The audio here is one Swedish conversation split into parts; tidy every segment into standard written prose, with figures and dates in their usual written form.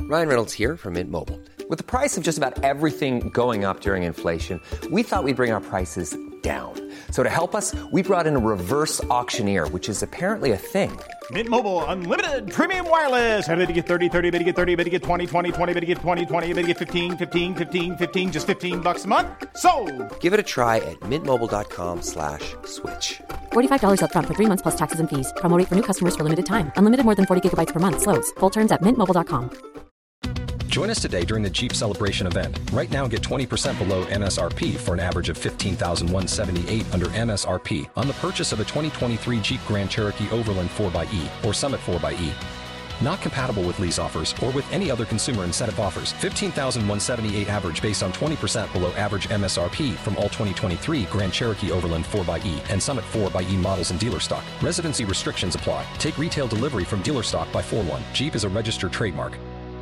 Ryan Reynolds here from Mint Mobile. With the price of just about everything going up during inflation, we thought we'd bring our prices down. So to help us, we brought in a reverse auctioneer, which is apparently a thing. Mint Mobile Unlimited Premium Wireless. How to get 30, 30, bit to get 30, bit to get 20, 20, 20, bit to get 20, 20, bit to get 15, 15, 15, 15, just $15 a month? Sold! Give it a try at mintmobile.com/switch. $45 up front for 3 months plus taxes and fees. Promo rate for new customers for limited time. Unlimited more than 40 gigabytes per month. Slows full terms at mintmobile.com. Join us today during the Jeep Celebration event. Right now, get 20% below MSRP for an average of $15,178 under MSRP on the purchase of a 2023 Jeep Grand Cherokee Overland 4xE or Summit 4xE. Not compatible with lease offers or with any other consumer incentive offers. $15,178 average based on 20% below average MSRP from all 2023 Grand Cherokee Overland 4xE and Summit 4xE models in dealer stock. Residency restrictions apply. Take retail delivery from dealer stock by 4/1. Jeep is a registered trademark.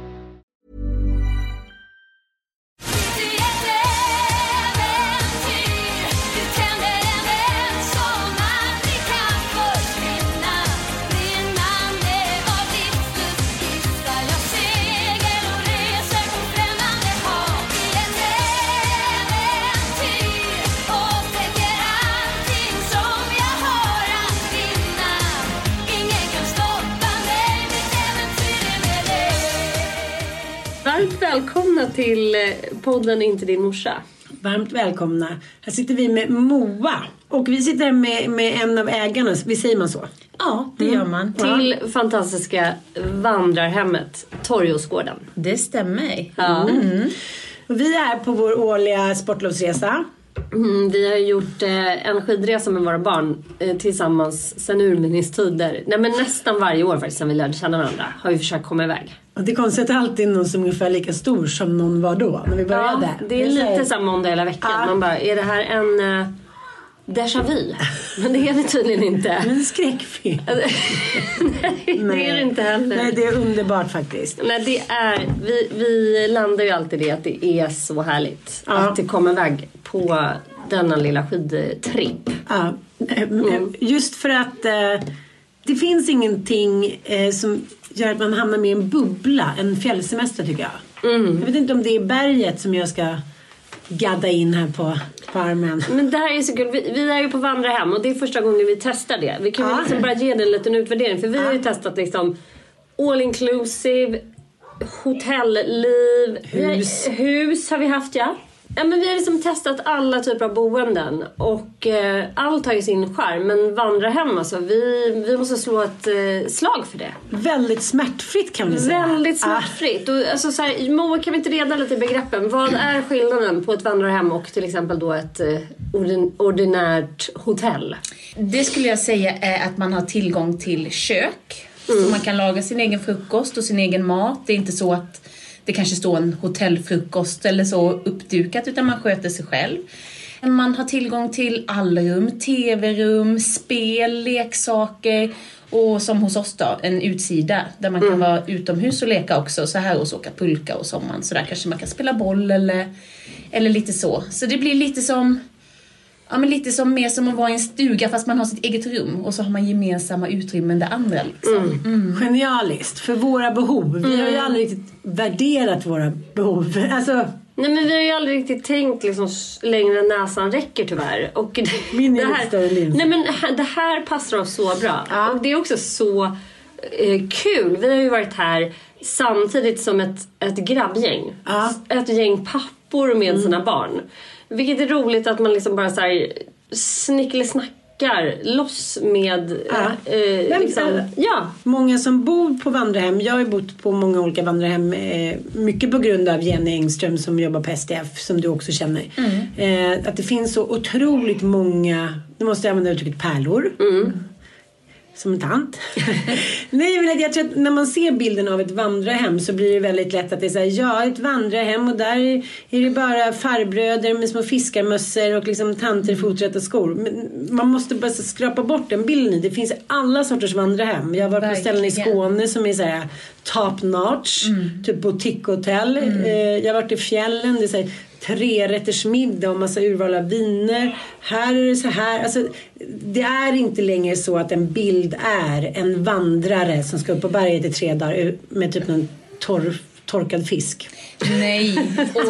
Varmt välkomna till podden Inte din morsa. Varmt välkomna. Här sitter vi med Moa. Och vi sitter med en av ägarna. Visst säger man så? Ja, det gör man. Till fantastiska vandrarhemmet Torgåsgården. Det stämmer. Ja. Och vi är på vår årliga sportlovsresa. Vi har gjort en skidresa med våra barn tillsammans sen urminnes tider. Nej, men nästan varje år faktiskt sen vi lärde känna varandra har vi försökt komma iväg. Och det är konstigt alltid någon som är ungefär lika stor som någon var då när vi började. Ja, det är lite samma om det hela veckan. Ja. Man bara, är det här en déjà vu? Men det är det tydligen inte. En skräckfilm. Nej, det är det inte heller. Nej, det är underbart faktiskt. Nej, det är, vi landar ju alltid i att det är så härligt att det kommer iväg på denna lilla skidtripp. Ja, just för att det finns ingenting som gör att man hamnar med i en bubbla, en fjällsemester tycker jag. Jag vet inte om det är berget som jag ska gadda in här på armen. Men det här är så kul. Vi är ju på vandrarhem och det är första gången vi testar det. Vi kan ju liksom bara ge det en liten utvärdering. För vi har ju testat liksom all inclusive, hotellliv, hus har vi haft, ja. Ja, men vi har liksom testat alla typer av boenden och allt har ju sin charm, men vandrarhem alltså, vi måste slå ett slag för det. Väldigt smärtfritt kan vi säga. Väldigt smärtfritt. Och, alltså, så här, Moa, kan vi inte reda lite i begreppen? Vad är skillnaden på ett vandrarhem och till exempel då ett ordinärt hotell? Det skulle jag säga är att man har tillgång till kök. Så man kan laga sin egen frukost och sin egen mat. Det är inte så att det kanske står en hotellfrukost eller så uppdukat, utan man sköter sig själv. Man har tillgång till allrum, tv-rum, spel, leksaker och som hos oss då, en utsida där man kan vara utomhus och leka också. Så här och så åka pulka och sommaren. Så där kanske man kan spela boll eller lite så. Så det blir lite som... Ja, men lite som mer som att vara i en stuga fast man har sitt eget rum och så har man gemensamma utrymmen där andra liksom. Genialiskt, för våra behov. Vi har ju aldrig riktigt värderat våra behov. Alltså... Nej, men vi har ju aldrig riktigt tänkt liksom längre än näsan räcker tyvärr. Och det här passar oss så bra. Ja. Och det är också så kul. Vi har ju varit här samtidigt som ett grabbgäng. Ja. Ett gäng pappor med sina barn. Vilket är roligt att man liksom bara så här snickelsnackar loss med liksom, många som bor på vandrarhem. Jag har ju bott på många olika vandrarhem, mycket på grund av Jenny Engström som jobbar på STF, som du också känner. Att det finns så otroligt många, nu måste jag använda uttrycket pärlor. Som en tant. Nej, men jag tror att när man ser bilden av ett vandrarhem så blir det väldigt lätt att det är så här, ett vandrarhem och där är det bara farbröder med små fiskarmössor och liksom tanter i foträtta skor. Men man måste bara skrapa bort den bilden. Det finns alla sorters vandrarhem. Jag var på ställen i Skåne som är så här top notch, typ boutique-hotell. Jag har varit i fjällen, det är så här 3-rättersmiddag och massa urval av viner. Här är det så här. Alltså, det är inte längre så att en bild är en vandrare som ska upp på berget i 3 dagar med typ någon torkad fisk. Nej.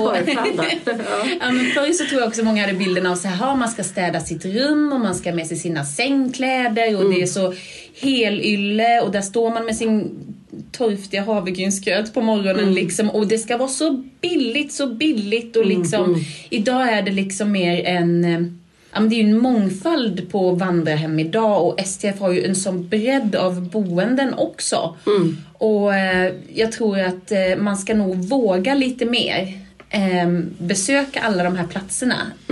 Men förr så tror jag också många hade bilden av så här, man ska städa sitt rum och man ska med sig sina sängkläder och det är så helylle och där står man med sin torftiga havregrynsgröt på morgonen liksom, och det ska vara så billigt och liksom idag är det liksom mer en det är ju en mångfald på vandrarhem idag och STF har ju en sån bredd av boenden också. Och jag tror att man ska nog våga lite mer besöka alla de här platserna.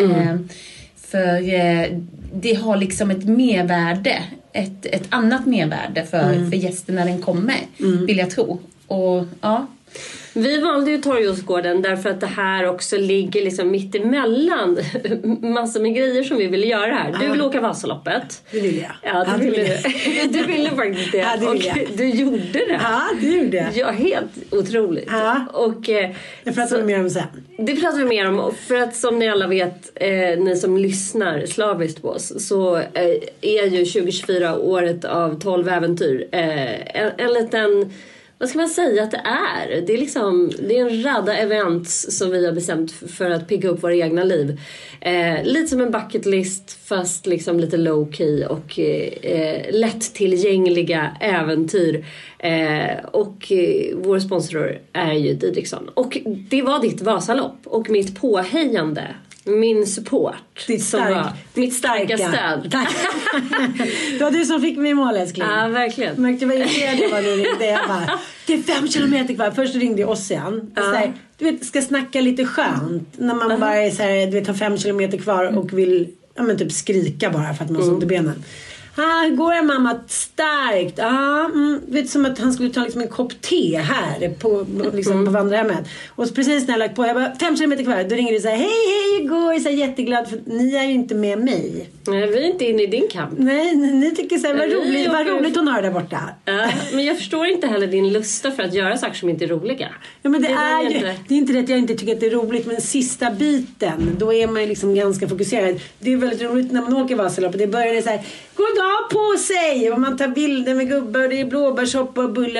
För det har liksom ett mervärde, ett annat mervärde för gästerna när den kommer, vill jag tro. Och ja. Vi valde ju Torgåsgården därför att det här också ligger liksom mitt emellan massor med grejer som vi ville göra här. Du vill åka Vasaloppet. Det vill jag. Ja, det ville du. Du ville faktiskt det. Ja, det vill jag. Och du gjorde det. Ja, det gjorde jag. Ja, helt otroligt. Ja. Och, det pratar vi mer om sen. Det pratar vi mer om. För att som ni alla vet, ni som lyssnar slaviskt på oss, så är ju 2024 året av 12 äventyr. En liten... Vad ska man säga att det är? Det är liksom, det är en radda events som vi har bestämt för att picka upp våra egna liv. Lite som en bucket list fast liksom lite low key och lättillgängliga äventyr. Och vår sponsor är ju Didriksson. Och det var ditt Vasalopp och mitt påhejande. Min support. Mitt starka stöd. Tack. Det var du som fick mig i mål, älskling. Ja, verkligen. Märkte vad irriterad jag var nu ringde. Jag bara, det är 5 kilometer kvar. Först ringde jag Ossian. Du vet, ska snacka lite skönt. När man bara är så här, du vet, har 5 kilometer kvar och vill typ skrika bara för att man har ont i benen. Hur går det, mamma? Starkt. Vet, som att han skulle ta liksom en kopp te här på vandrarhemmet. Och så precis när jag lagt på, jag bara 5 kilometer kvar, då ringer du så här, hej, går. Jag är så här jätteglad för ni är ju inte med mig. Nej, vi är inte inne i din kamp. Nej, ni tycker så här, vad roligt hon har där borta. Men jag förstår inte heller din lusta för att göra saker som inte är roliga. Ja, men det är inte det att jag inte tycker att det är roligt, men sista biten, då är man ju liksom ganska fokuserad. Det är väldigt roligt när man åker Vasaloppet. Det börjar så här, god dag på sig, och man tar bilder med gubbar och det är blåbärssoppa och bullar.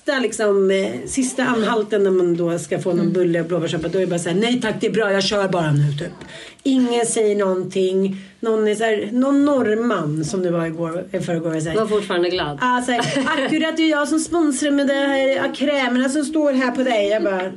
Sista anhalten när man då ska få någon bulle och blåbärssoppa, då är det bara så här, nej tack, det är bra, jag kör bara nu typ. Ingen säger någonting. Någon är så här, någon norrman som det var förrgår så här, var fortfarande glad. Akkurat, det är jag som sponsrar med det här krämerna som står här på dig. Jag bara,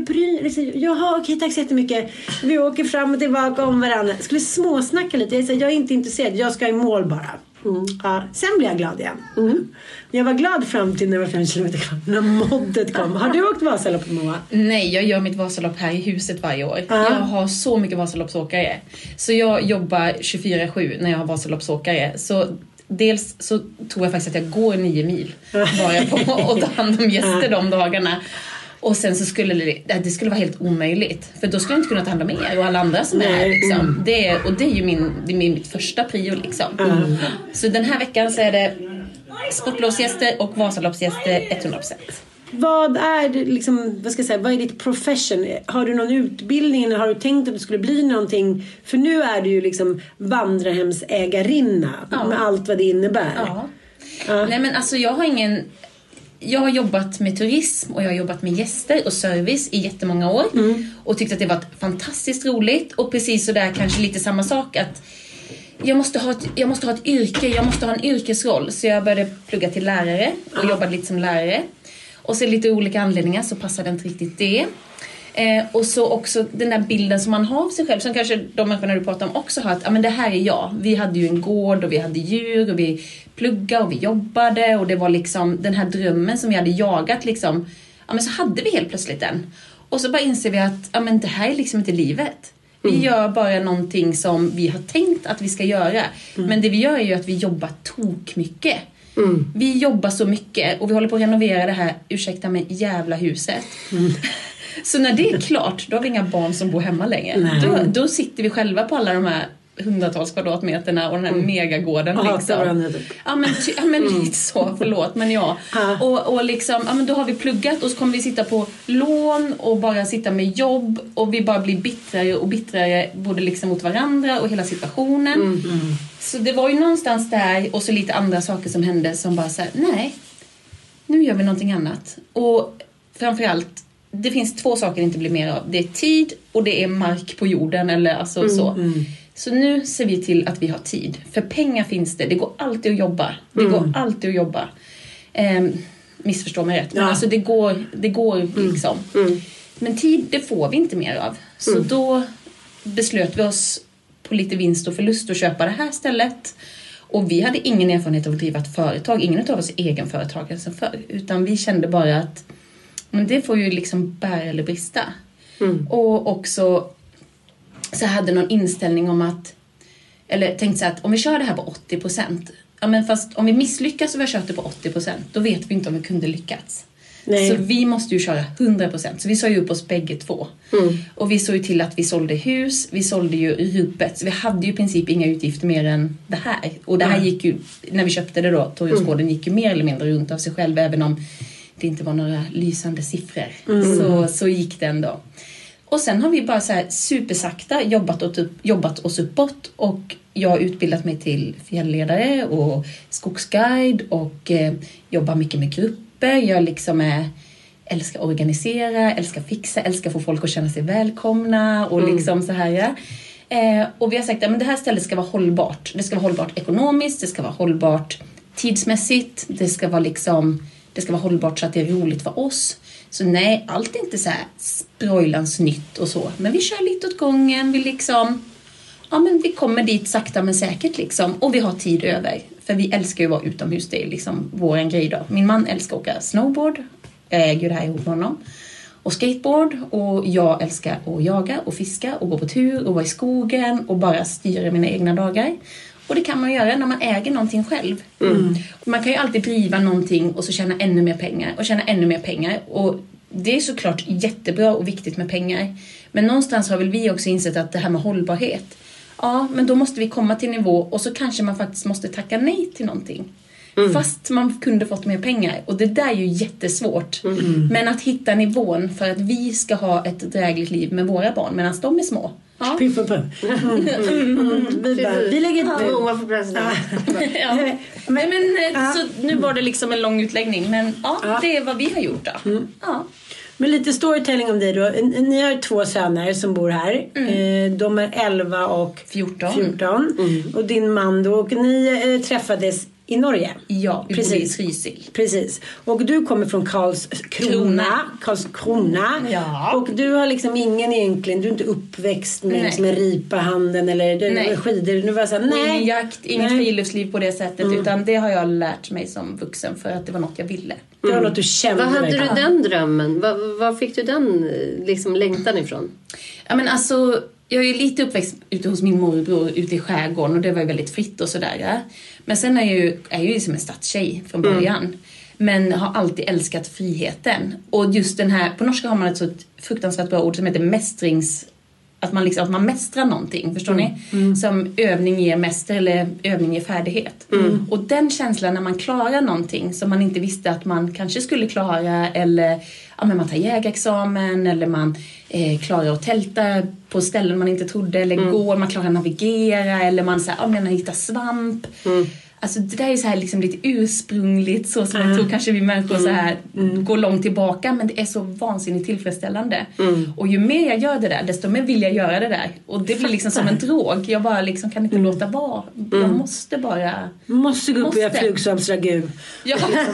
jaha, okej, tack så jättemycket. Vi åker fram och tillbaka om varandra. Skulle småsnacka lite. Jag är inte intresserad, jag ska i mål bara. Sen blir jag glad igen. Jag var glad fram till när det var 5 kilometer kvar, när moddet kom. Har du åkt Vasalopp, Moa? Nej, jag gör mitt Vasalopp här i huset varje år. Jag har så mycket Vasaloppsåkare. Så jag jobbar 24/7 när jag har Vasaloppsåkare. Så dels så tror jag faktiskt att jag går 9 mil bara på att ta hand om gäster de dagarna. Och sen så skulle det skulle vara helt omöjligt. För då skulle jag inte kunna ta hand om er och alla andra som är här liksom. Det är ju mitt första prio liksom. Så den här veckan så är det sportlovsgäster och Vasaloppsgäster 100%. Vad är det liksom, vad ska jag säga, vad är ditt profession? Har du någon utbildning eller har du tänkt att det skulle bli någonting? För nu är du ju liksom vandrarhemsägarinna med allt vad det innebär. Nej, men alltså jag har jobbat med turism och jag har jobbat med gäster och service i jättemånga år. Och tyckte att det var fantastiskt roligt. Och precis så där kanske lite samma sak, att jag måste ha ett yrke, jag måste ha en yrkesroll. Så jag började plugga till lärare och jobbade lite som lärare. Och så lite olika anledningar så passade inte riktigt det. Och så också den där bilden som man har av sig själv, som kanske de människorna du pratar om också har, att men det här är jag. Vi hade ju en gård och vi hade djur och vi pluggade och vi jobbade, och det var liksom den här drömmen som vi hade jagat liksom. Ja, men så hade vi helt plötsligt den. Och så bara inser vi att men det här är liksom inte livet. Vi gör bara någonting som vi har tänkt att vi ska göra. Men det vi gör är ju att vi jobbar tok mycket. Vi jobbar så mycket och vi håller på att renovera det här, ursäkta mig, jävla huset. Så när det är klart, då har vi inga barn som bor hemma längre. Då sitter vi själva på alla de här hundratals kvadratmeterna och den här megagården liksom. Ja men lite så, förlåt, men ja. Och liksom, ja men då har vi pluggat och så kommer vi sitta på lån och bara sitta med jobb, och vi bara blir bittrare och bittrare både liksom mot varandra och hela situationen. Så det var ju någonstans där, och så lite andra saker som hände som bara så här, nej, nu gör vi någonting annat. Och framförallt det finns 2 saker det inte blir mer av. Det är tid och det är mark på jorden. Eller alltså så. Så nu ser vi till att vi har tid. För pengar finns det. Det går alltid att jobba. Det går alltid att jobba. Missförstå mig rätt. Men alltså det går liksom. Men tid, det får vi inte mer av. Så då beslöt vi oss på lite vinst och förlust att köpa det här stället. Och vi hade ingen erfarenhet av att driva ett företag. Ingen av oss är egenföretagare som förr. Utan vi kände bara att men det får ju liksom bära eller brista. Och också så hade någon inställning om att, eller tänkte så att om vi kör det här på 80%, ja men fast om vi misslyckas och vi har kört det på 80%, då vet vi inte om vi kunde lyckats. Nej. Så vi måste ju köra 100%. Så vi sa ju upp oss bägge 2. Och vi såg ju till att vi sålde hus. Vi sålde ju rubbet. Så vi hade ju i princip inga utgifter mer än det här. Och det här gick ju, när vi köpte det då, Torgårdsgården gick ju mer eller mindre runt av sig själv. Även om det inte var några lysande siffror. Så gick det ändå. Och sen har vi bara så här supersakta jobbat oss uppåt. Och jag har utbildat mig till fjällledare och skogsguide. Och jobbar mycket med grupper. Jag liksom älskar organisera, älskar fixa, älskar få folk att känna sig välkomna. Och liksom så här. Och vi har sagt att det här stället ska vara hållbart. Det ska vara hållbart ekonomiskt, det ska vara hållbart tidsmässigt. Det ska vara hållbart så att det är roligt för oss. Så nej, allt är inte så här sprojlans nytt och så. Men vi kör lite åt gången. Vi kommer dit sakta men säkert liksom. Och vi har tid över. För vi älskar ju att vara utomhus. Det är liksom våran grej då. Min man älskar att åka snowboard. Jag äger det här ihop med honom. Och skateboard. Och jag älskar att jaga och fiska. Och gå på tur och vara i skogen. Och bara styra mina egna dagar. Och det kan man göra när man äger någonting själv. Man kan ju alltid driva någonting och så tjäna ännu mer pengar. Och tjäna ännu mer pengar. Och det är såklart jättebra och viktigt med pengar. Men någonstans har väl vi också insett att det här med hållbarhet. Ja, men då måste vi komma till nivå. Och så kanske man faktiskt måste tacka nej till någonting. Fast man kunde fått mer pengar. Och det där är ju jättesvårt. Men att hitta nivån för att vi ska ha ett drägligt liv med våra barn medan de är små. Ja. Piff och puff. Vi lägger ett många för president. Så nu var det liksom en lång utläggning. Men det är vad vi har gjort då. Ja. Men lite storytelling om dig då. Ni har 2 söner som bor här. De är 11 och 14. Och din man då. Och ni träffades i Norge. Ja, precis. Trysil. Precis. Och du kommer från Karlskrona. Ja. Och du har liksom ingen egentligen, du är inte uppväxt med liksom en ripa handen eller skidor. Du var så här, ingen jakt, inget friluftsliv på det sättet. Utan det har jag lärt mig som vuxen för att det var något jag ville. Det var något du kände. Vad hade du den drömmen? Var fick du den liksom längtan ifrån? Ja men alltså, jag är lite uppväxt ute hos min morbror ute i skärgården och det var ju väldigt fritt och sådär. Ja. Men sen är jag ju som en stadstjej från början. Men har alltid älskat friheten. Och just den här, på norska har man ett så fruktansvärt bra ord som heter mästrings... Att man mästrar någonting, förstår ni? Som övning ger mäster eller övning ger färdighet. Och den känslan när man klarar någonting som man inte visste att man kanske skulle klara. Eller men man tar jägarexamen eller man klarar att tälta på ställen man inte trodde. Eller går, man klarar att navigera eller man hittar svamp. Alltså det där är så här liksom lite ursprungligt så som jag tror kanske vi människor så här går långt tillbaka, men det är så vansinnigt tillfredsställande. Och ju mer jag gör det där, desto mer vill jag göra det där. Och det blir liksom som en drog. Jag bara liksom kan inte låta vara. Jag måste bara... Måste gå upp och göra flugsvamsragu. Ja,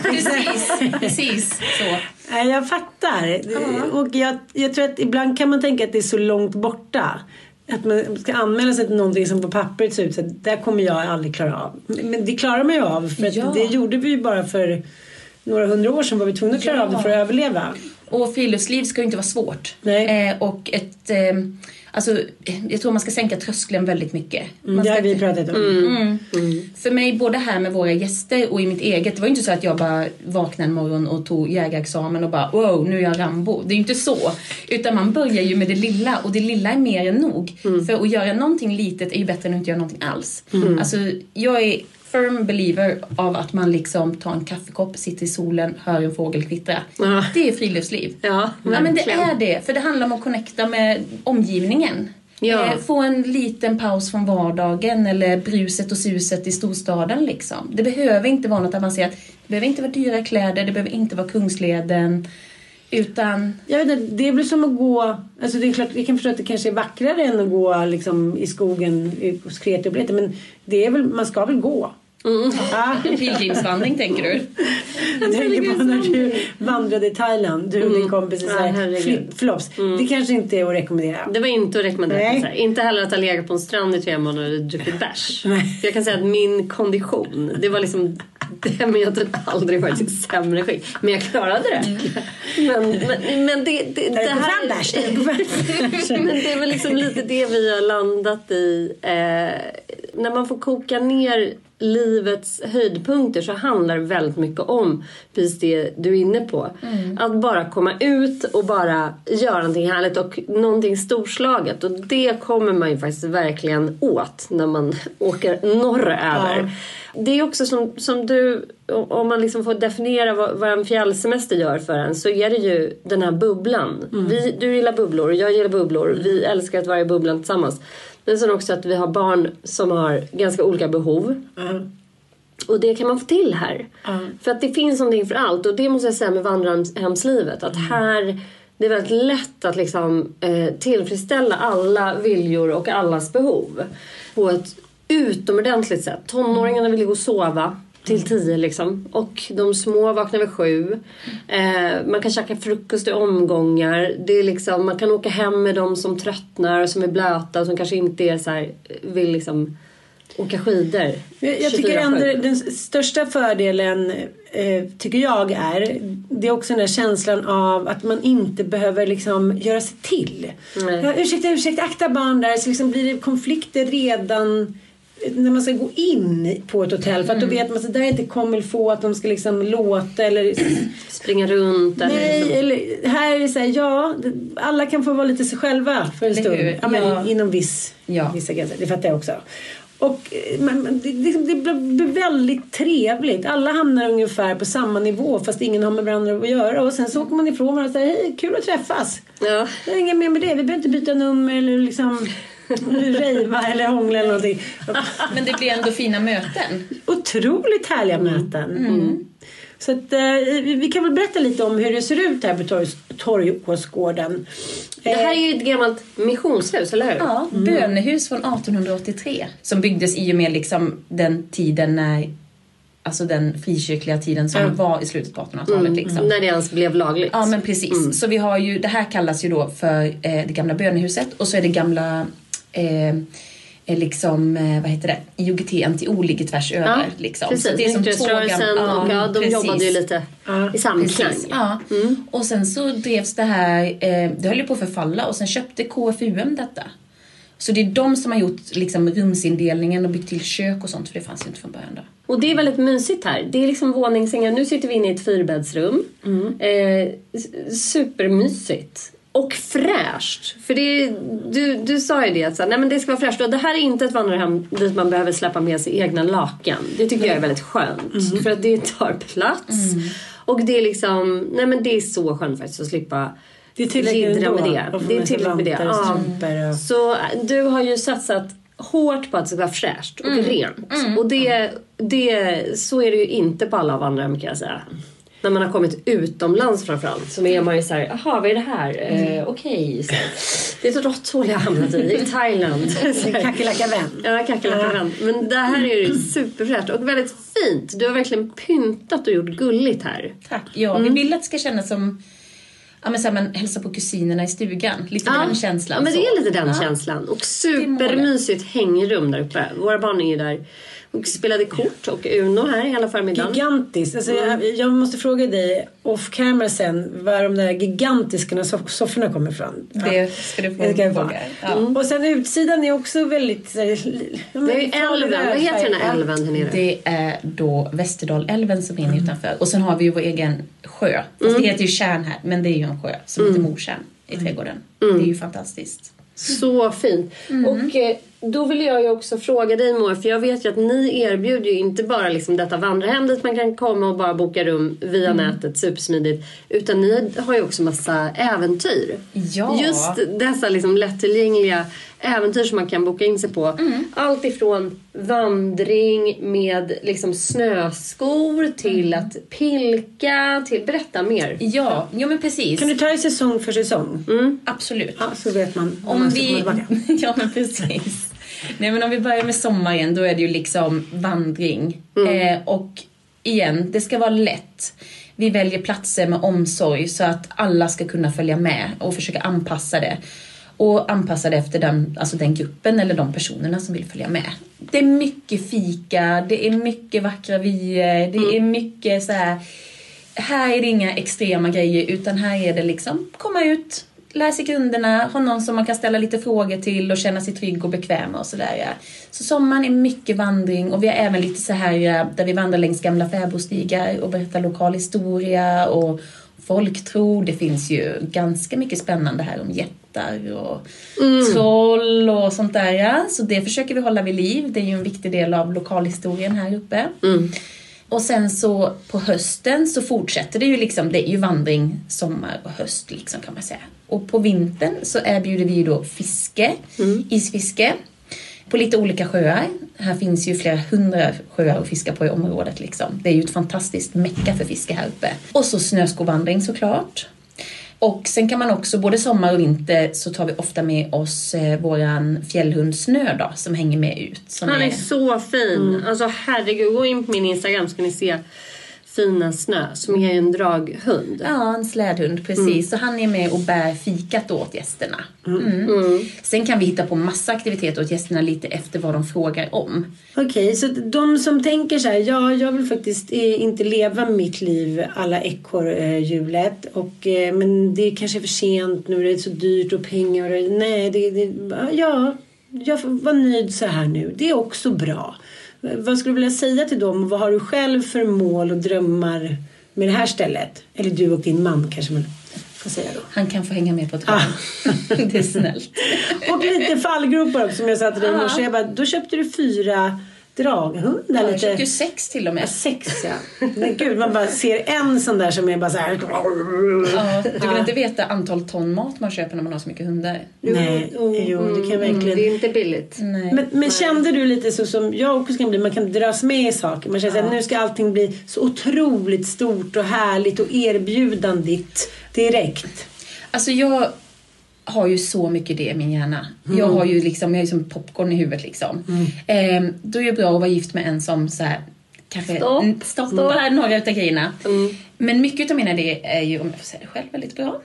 precis så. Jag fattar. Och jag tror att ibland kan man tänka att det är så långt borta. Att man ska anmäla sig till någonting som på pappret ser ut så att där kommer jag aldrig klara av. Men det klarar man ju av. För att det gjorde vi ju bara för några 100 år sedan var vi tvungna att klara av det för att överleva. Och friluftsliv ska ju inte vara svårt. Och alltså, jag tror man ska sänka tröskeln väldigt mycket. Det har vi pratat om. För mig, både här med våra gäster och i mitt eget, det var ju inte så att jag bara vaknade en morgon och tog jägarexamen och bara, wow, nu är jag Rambo. Det är ju inte så. Utan man börjar ju med det lilla, och det lilla är mer än nog. För att göra någonting litet är ju bättre än att inte göra någonting alls. Alltså, jag är firm believer av att man liksom tar en kaffekopp, sitter i solen, hör en fågel kvittra. Det är friluftsliv. Ja, men det är det. För det handlar om att connecta med omgivningen. Få en liten paus från vardagen eller bruset och suset i storstaden liksom. Det behöver inte vara något avancerat. Det behöver inte vara dyra kläder, det behöver inte vara Kungsleden. Utan... Jag vet inte, det är väl som att gå... Alltså det är klart, jag kan förstå att det kanske är vackrare än att gå liksom, i skogen hos kreti och blete. Men det är väl, man ska väl gå. Ja. Pilgrimsvandring tänker du? Jag tänker på när du vandrade i Thailand. Du och din kompis i flip-flops. Det kanske inte är att rekommendera. Det var inte att rekommendera. Inte heller att ha legat på en strand i 3 månader och druckit bärs. För jag kan säga att min kondition, det var liksom det, men jag har aldrig varit i sämre skick. Men jag klarade det. Men det här men det är väl liksom lite det vi har landat i. När man får koka ner livets höjdpunkter så handlar det väldigt mycket om precis det du är inne på. Att bara komma ut och bara göra någonting härligt och någonting storslaget. Och det kommer man ju faktiskt verkligen åt när man åker norröver. Ja. Det är också som du, om man liksom får definiera vad en fjällsemester gör för en, så är det ju den här bubblan. Du gillar bubblor, jag gillar bubblor. Vi älskar att vara i bubblan tillsammans. Men sen också att vi har barn som har ganska olika behov. Och det kan man få till här. För att det finns någonting för allt. Och det måste jag säga med vandrarhemslivet. Att här, det är väldigt lätt att liksom, tillfredsställa alla viljor och allas behov. På ett utomordentligt sätt. Tonåringarna vill gå och sova till 10 liksom. Och de små vaknar vid 7. Man kan käka frukost i omgångar. Det är liksom, man kan åka hem med dem som tröttnar, som är blöta och som kanske inte är så här, vill liksom åka skidor. Jag tycker ändå den största fördelen tycker jag är, det är också den där känslan av att man inte behöver liksom göra sig till. Ja, ursäkta, akta barn där, så liksom blir det konflikter redan när man ska gå in på ett hotell, för att då vet man att det där inte kommer få att de ska liksom låta eller springa runt eller nej, liksom. Eller här är det så här, alla kan få vara lite sig själva för en stund. Ja, men inom vissa gränser, det fattar jag också. Och det blir väldigt trevligt. Alla hamnar ungefär på samma nivå fast ingen har med varandra att göra. Och sen så åker man ifrån varandra och säger hej, kul att träffas. Ja. Det är inget mer med det. Vi behöver inte byta nummer eller liksom rejva eller hångla eller någonting. Men det blir ändå fina möten. Otroligt härliga möten. Så att, vi kan väl berätta lite om hur det ser ut här på Torgåsgården. Det här är ju ett gammalt missionshus, eller hur? Ja, bönehus från 1883. Som byggdes i och med liksom den tiden när, alltså den frikyrkliga tiden som var i slutet på 1800-talet. Liksom. När det ens blev lagligt. Ja, men precis. Så vi har ju, det här kallas ju då för det gamla bönehuset. Och så är det gamla... liksom, vad heter det? IOGT NTO ligger tvärs över. Liksom. Precis, så det är som två gamla... de jobbade ju lite i samklang. Ja. Och sen så drevs det här, det höll ju på att förfalla och sen köpte KFUM detta. Så det är de som har gjort liksom rumsindelningen och byggt till kök och sånt, för det fanns ju inte från början då. Och det är väldigt mysigt här. Det är liksom våningssängar. Nu sitter vi inne i ett 4-bäddsrum. Supermysigt. Och fräscht. För det, du sa ju det att nej, men det ska vara fräscht. Och det här är inte ett vandrarhem dit man behöver släppa med sig egna lakan. Det tycker jag är väldigt skönt. För att det tar plats. Och det är liksom, nej men det är så skönt faktiskt att slippa jiddra med det. Det är tillräckligt med det. Ja. Så du har ju satsat hårt på att det ska vara fräscht och rent. Och så är det ju inte på alla vandrarhem, kan jag säga. När man har kommit utomlands framförallt, så är man ju så här, jaha, vad är det här? Okej. Så. Det är ett råtthål jag hamnat i Thailand. Kackerlacka-vän. Ja, kackerlacka-vän. Men det här är ju superfräscht och väldigt fint. Du har verkligen pyntat och gjort gulligt här. Tack. Ja, vi vill att det ska kännas som... Ja, men så här, man hälsar på kusinerna i stugan. Lite den känslan. Ja, men det är lite den känslan. Och supermysigt hängrum där uppe. Våra barn är ju där och spelade kort och Uno här hela förmiddagen. Gigantiskt. Alltså, jag måste fråga dig off camera sen var de där gigantiska sofforna kommer ifrån. Det ska du få fråga. Ja. Och sen utsidan är också väldigt... det är älven. Vad heter den här älven här nere? Det är då Västerdalälven som är inne utanför. Och sen har vi ju vår egen sjö. Fast det heter ju Tjärn här, men det är ju en sjö som heter Mortjärn i trädgården. Det är ju fantastiskt. Så fint. Och då vill jag ju också fråga dig, Moa, för jag vet ju att ni erbjuder ju inte bara liksom detta vandrarhem dit man kan komma och bara boka rum via nätet supersmidigt, utan ni har ju också massa äventyr. Ja. Just dessa liksom lättillgängliga äventyr som man kan boka in sig på. Allt ifrån vandring med liksom snöskor till att pilka, till berätta mer. Ja, men precis. Kan du ta i säsong för säsong? Absolut. Ja, så vet man Om vi... Ja, men precis. Nej, men om vi börjar med sommaren, då är det ju liksom vandring. Och igen, det ska vara lätt. Vi väljer platser med omsorg så att alla ska kunna följa med och försöka anpassa det. Och anpassa det efter den gruppen eller de personerna som vill följa med. Det är mycket fika, det är mycket vackra vyer, det är mycket så här är det inga extrema grejer, utan här är det liksom komma ut, lära sig grunderna, ha någon som man kan ställa lite frågor till och känna sig trygg och bekväm och sådär. Ja. Så sommaren är mycket vandring, och vi har även lite så här där vi vandrar längs gamla fäbodstigar och berättar lokal historia och folktro. Det finns ju ganska mycket spännande här om jättar och troll och sånt där. Ja. Så det försöker vi hålla vid liv. Det är ju en viktig del av lokalhistorien här uppe. Och sen så på hösten så fortsätter det ju liksom, det är ju vandring sommar och höst liksom, kan man säga. Och på vintern så erbjuder vi ju då fiske, isfiske på lite olika sjöar. Här finns ju flera 100 sjöar att fiska på i området liksom. Det är ju ett fantastiskt mecka för fiske här uppe. Och så snöskovandring såklart. Och sen kan man också, både sommar och vinter, så tar vi ofta med oss våran fjällhund Snö då, som hänger med ut. Han är så fin. Alltså herregud, gå in på min Instagram så kan ni se fina Snö som är en draghund. Ja, en slädhund, precis. Så han är med och bär fikat åt gästerna. Sen kan vi hitta på massa aktiviteter åt gästerna lite efter vad de frågar om. Okej, så de som tänker så här, jag vill faktiskt inte leva mitt liv alla ekorrhjulet, men det kanske är för sent nu, det är så dyrt och pengar. Jag får vara nöjd så här nu. Det är också bra. Vad skulle du vilja säga till dem? Vad har du själv för mål och drömmar med det här stället? Eller du och din man kanske man får säga då. Han kan få hänga med på ett hörn. Det är snällt. Och lite fallgropar också, som jag sa till dig i morse. Då köpte du 4 draghundar. Ja, jag köpte ju 6 till och med. 6, ja. Men gud, man bara ser en sån där som är bara så här. Ja, du vill inte veta antal ton mat man köper när man har så mycket hundar. Nej, det kan verkligen. Det är inte billigt. Men kände du lite så som jag också kan bli, man kan dras med i saker. Man känner att nu ska allting bli så otroligt stort och härligt och erbjudandigt direkt. Alltså jag har ju så mycket det i min hjärna. Jag har ju liksom popcorn i huvudet liksom. Då är det bra att vara gift med en som så här, kanske stoppar några utav grejerna. Men mycket av mina det är ju, om jag får säga det själv, väldigt bra.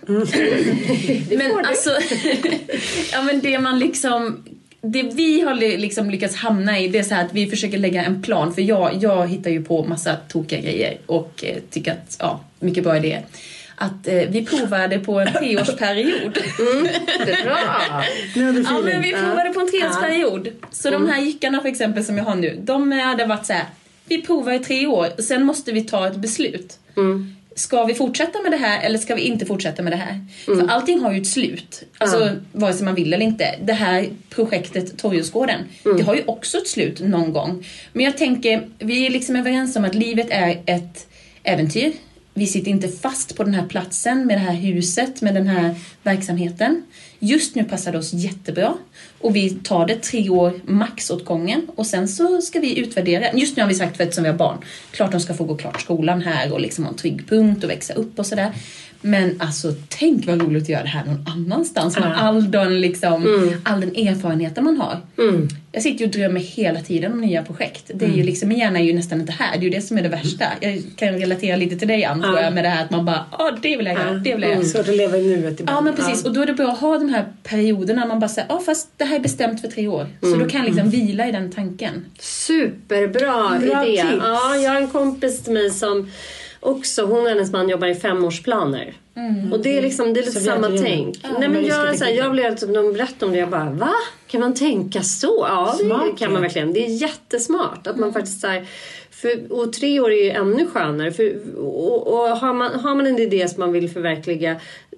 Men alltså ja, men det man liksom, det vi har liksom lyckats hamna i, det är så här att vi försöker lägga en plan. För jag hittar ju på massa tokiga grejer och tycker att, mycket bra idé. Att vi provade på en 3-årsperiod. Det är bra. Ja, men vi provade på en 3-årsperiod. Så de här jyckarna för exempel som jag har nu, de hade varit så här: vi provar i 3 år och sen måste vi ta ett beslut. Ska vi fortsätta med det här eller ska vi inte fortsätta med det här? För allting har ju ett slut. Alltså vare sig man vill eller inte. Det här projektet Torgårdsgården, det har ju också ett slut någon gång. Men jag tänker, vi är liksom överens om att livet är ett äventyr. Vi sitter inte fast på den här platsen med det här huset, med den här verksamheten. Just nu passar det oss jättebra. Och vi tar det 3 år max åt gången. Och sen så ska vi utvärdera. Just nu har vi sagt, för att som vi har barn, klart de ska få gå klart skolan här och liksom ha en trygg punkt och växa upp och sådär. Men alltså, tänk vad roligt att göra det här någon annanstans. Med all den erfarenheten man har. Jag sitter ju och drömmer hela tiden om nya projekt. Det är ju liksom, min hjärna är ju nästan inte här. Det är ju det som är det värsta. Jag kan relatera lite till dig, Ann, med det här att man bara, det vill jag göra, det vill jag göra. Svårt att leva i nuet ibland. Ja, men precis. Och då är det bra att ha de här perioderna man bara säger, fast det här är bestämt för 3 år. Så då kan jag liksom vila i den tanken. Superbra idé. Tips. Ja, jag har en kompis till mig som också, hon och hennes man jobbar i 5-årsplaner. Och det är liksom, det är lite samma tänk. Nej, men jag blev alltså, de berättade om det, jag bara, va? Kan man tänka så? Ja, det kan man verkligen. Det är jättesmart att man faktiskt säger, och 3 år är ju ännu skönare. Och har man en idé som man vill förverkliga,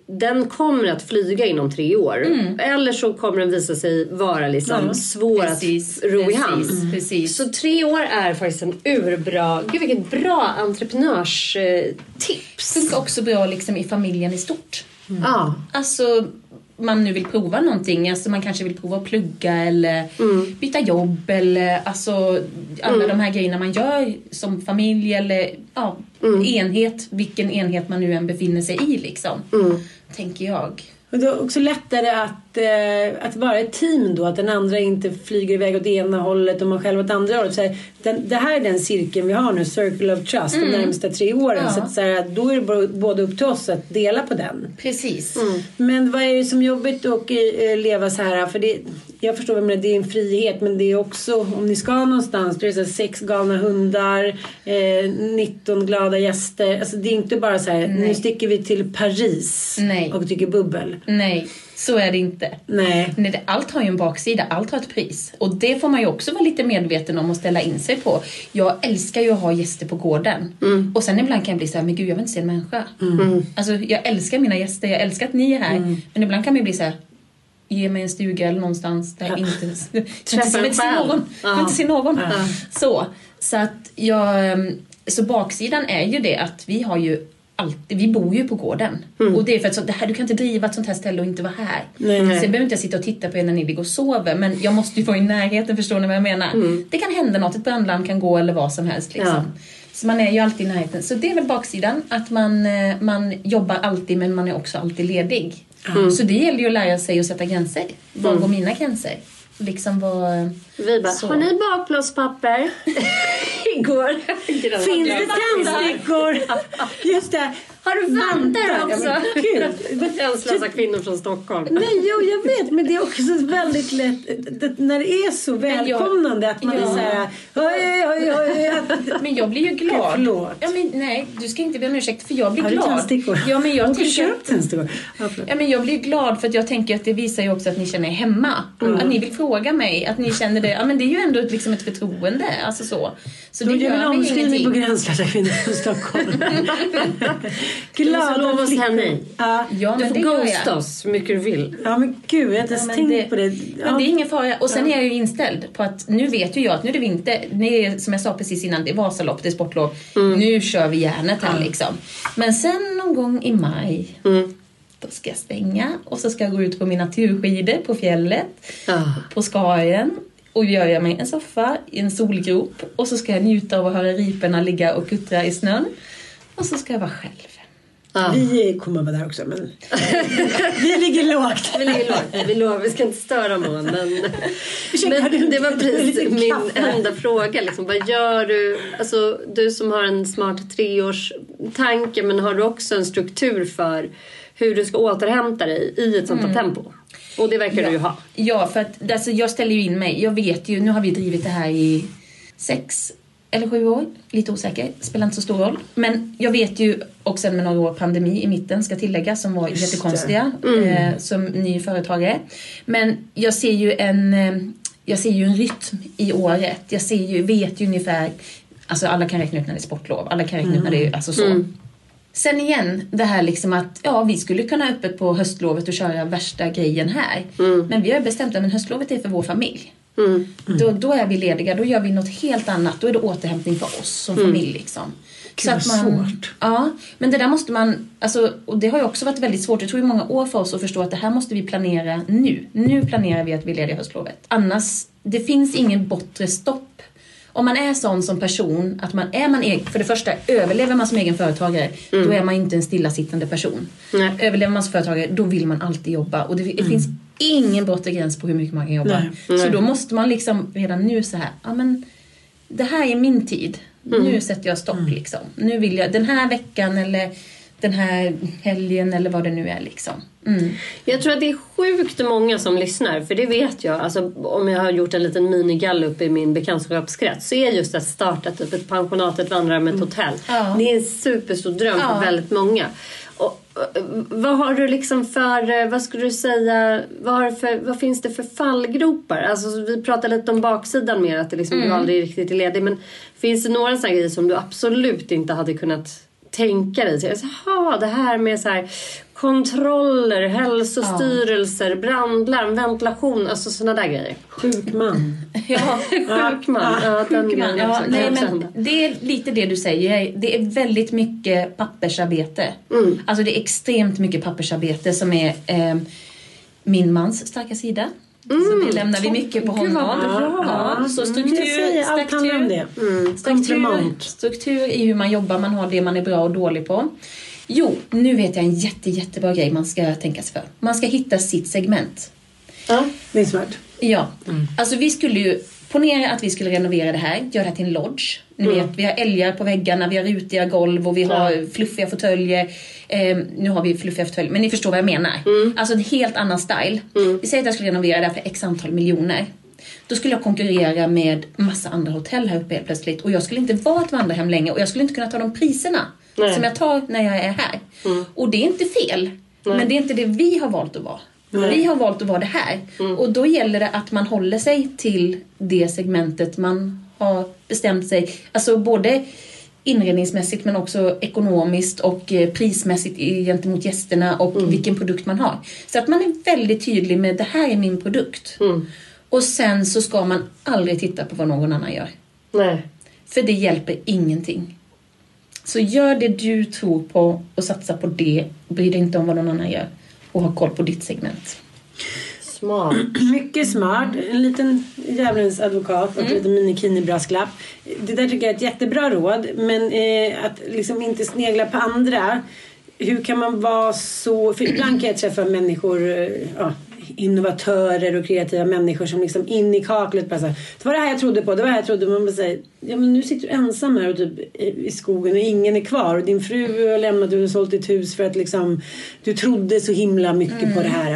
den kommer att flyga inom 3 år. Eller så kommer den visa sig vara liksom svår att ro i hamn. Precis. Så 3 år är faktiskt en urbra... Gud, vilket bra entreprenörstips. Det funkar också bra liksom i familjen i stort. Ja. Alltså, man nu vill prova någonting. Alltså man kanske vill prova att plugga eller byta jobb. Eller alltså alla de här grejerna man gör som familj eller enhet. Vilken enhet man nu än befinner sig i liksom. Tänker jag. Och det är också lättare att vara ett team då. Att den andra inte flyger iväg åt ena hållet och man själv åt andra hållet. Så här, det här är den cirkeln vi har nu. Circle of Trust. De närmsta 3 åren. Ja. Så, att, så här, då är det både upp till oss att dela på den. Precis. Men vad är det som jobbigt att leva så här? För jag förstår vad det är en frihet. Men det är också, om ni ska någonstans. Det är så här 6 galna hundar. 19 glada gäster. Alltså det är inte bara så här. Nu sticker vi till Paris. Nej. Och tycker bubbel. Nej, så är det inte. Nej. Allt har ju en baksida, allt har ett pris. Och det får man ju också vara lite medveten om och ställa in sig på. Jag älskar ju att ha gäster på gården. Och sen ibland kan jag bli så här, men gud, jag vill inte se en människa. Alltså jag älskar mina gäster, jag älskar att ni är här. Men ibland kan man bli så här, ge mig en stuga eller någonstans där jag inte se någon. Så att så baksidan är ju det att vi har ju vi bor ju på gården. Och det är för att det här, du kan inte driva ett sånt här ställe och inte vara här. Nej. Sen behöver inte jag sitta och titta på er när ni ligger och sover. Men jag måste ju vara i närheten, förstår ni vad jag menar? Det kan hända något, ett brandlarm kan gå eller vad som helst liksom. Ja. Så man är ju alltid i närheten. Så det är väl baksidan, att man jobbar alltid men man är också alltid ledig. Så det gäller ju att lära sig att sätta gränser. Var går mina gränser? Liksom Vi bara, har ni bakplåtspapper? Igår. Finns det tändstickor? Just det. Har du vantar också? Ja, men Gränslösa kvinnor från Stockholm. Nej, jag vet. Men det är också väldigt lätt när det är så välkomnande att man är så här. Oj. Men jag blir ju glad. Förlåt. Ja, men nej, du ska inte be om ursäkt för jag blir Har glad. du tändstickor? Ja, men jag tänker att tändstickor. Ja, men jag blir glad för att jag tänker att det visar ju också att ni känner er hemma. Att ni vill fråga mig, att ni känner det. Ja, men det är ju ändå liksom ett förtroende, alltså så det gör en omskrivning på gränslösa kvinnor från Stockholm. Glada lov oss henne. Ja, du men får ghosta oss hur mycket du vill. Ja, men gud, jag har inte ens tänkt på det. Men det är ingen fara. Och sen är jag ju inställd på att nu vet ju jag att nu är det vinter. Det är, som jag sa precis innan, det är Vasalopp, det är sportlov. Nu kör vi järnet här liksom. Men sen någon gång i maj då ska jag svänga och så ska jag gå ut på mina turskidor på fjället, på Skaren. Och gör jag mig en soffa i en solgrop. Och så ska jag njuta av att höra riporna ligga och kuttra i snön. Och så ska jag vara själv. Vi kommer vara där också, men vi ligger lågt. Vi lovar, vi ska inte störa någon. Men det var precis min enda fråga. Liksom. Vad gör du? Alltså, du som har en smart 3-årstanke, men har du också en struktur för hur du ska återhämta dig i ett sånt här tempo? Och det verkar du ju ha. Ja, för att alltså, jag ställer ju in mig. Jag vet ju, nu har vi drivit det här i 6 eller 7 år. Lite osäker, spelar inte så stor roll. Men jag vet ju också med några år pandemi i mitten ska tilläggas som var jättekonstiga som ny företagare. Men jag ser ju en rytm i året. Jag vet ju ungefär, alltså alla kan räkna ut när det är sportlov. Alla kan räkna ut när det är alltså så. Sen igen, det här liksom att vi skulle kunna öppet på höstlovet och köra värsta grejen här. Men vi har bestämt att höstlovet är för vår familj. Då är vi lediga, då gör vi något helt annat. Då är det återhämtning för oss som familj liksom. Så att svårt. Ja, men det där måste man, alltså, och det har ju också varit väldigt svårt. Det tog ju många år för oss att förstå att det här måste vi planera nu. Nu planerar vi att vi är lediga höstlovet. Annars, det finns ingen bortre stopp. Om man är sån som person, att för det första, överlever man som egen företagare, då är man inte en stillasittande person. Nej. Överlever man som företagare, då vill man alltid jobba. Och det finns ingen bortre gräns på hur mycket man kan jobba. Nej. Så då måste man liksom redan nu så här, men det här är min tid. Nu sätter jag stopp liksom. Nu vill jag, den här veckan eller den här helgen eller vad det nu är liksom. Jag tror att det är sjukt många som lyssnar, för det vet jag, alltså, om jag har gjort en liten minigallup i min bekantskapskrets, så är just att starta typ ett pensionat, ett vandrarhem, ett hotell. Det är en superstor dröm för väldigt många. Och vad har du liksom för, vad skulle du säga, vad finns det för fallgropar? Alltså vi pratar lite om baksidan mer, att det liksom du aldrig riktigt är ledig, men finns det några sådana grejer som du absolut inte hade kunnat tänka dig? Så, det här med så här kontroller, hälsostyrelser, brandlarm, ventilation, alltså såna där grejer. Sjukman. Ja, sjukman. Sjukman. Ja, nej, men det är lite det du säger. Det är väldigt mycket pappersarbete. Alltså det är extremt mycket pappersarbete som är min mans starka sida. Så det lämnar vi mycket på honom. Ja, så struktur i hur man jobbar, man har det man är bra och dålig på. Jo, nu vet jag en jättebra grej man ska tänka sig för. Man ska hitta sitt segment. Ja, det är smart. Ja, alltså vi skulle ju ponera att vi skulle renovera det här, göra det här till en lodge. Ni vet, vi har älgar på väggarna, vi har rutiga golv och vi har fluffiga fåtöljer. Nu har vi fluffiga fåtöljer, men ni förstår vad jag menar. Alltså en helt annan style. Vi säger att jag skulle renovera det här för x antal miljoner. Då skulle jag konkurrera med massa andra hotell här uppe helt plötsligt. Och jag skulle inte vara ett vandrarhem längre och jag skulle inte kunna ta de priserna som jag tar när jag är här. Och det är inte fel, men det är inte det vi har valt att vara. Vi har valt att vara det här. Och då gäller det att man håller sig till det segmentet man har bestämt sig. Alltså både inredningsmässigt men också ekonomiskt och prismässigt gentemot gästerna och vilken produkt man har. Så att man är väldigt tydlig med det här är min produkt. Och sen så ska man aldrig titta på vad någon annan gör. Nej. För det hjälper ingenting. Så gör det du tror på och satsa på det. Bry dig inte om vad någon annan gör. Och ha koll på ditt segment. Smart. Mycket smart. En liten djävulens advokat och en liten minikini-brasklapp. Det där tycker jag är ett jättebra råd. Men att liksom inte snegla på andra. Hur kan man vara så... För ibland kan jag träffa människor... innovatörer och kreativa människor som liksom in i kaklet bara så här, det var det här jag trodde på, det var det här jag trodde. Man bara säger, ja men nu sitter du ensam här och typ i skogen och ingen är kvar och din fru har lämnat, du har sålt ditt hus för att liksom du trodde så himla mycket på det här.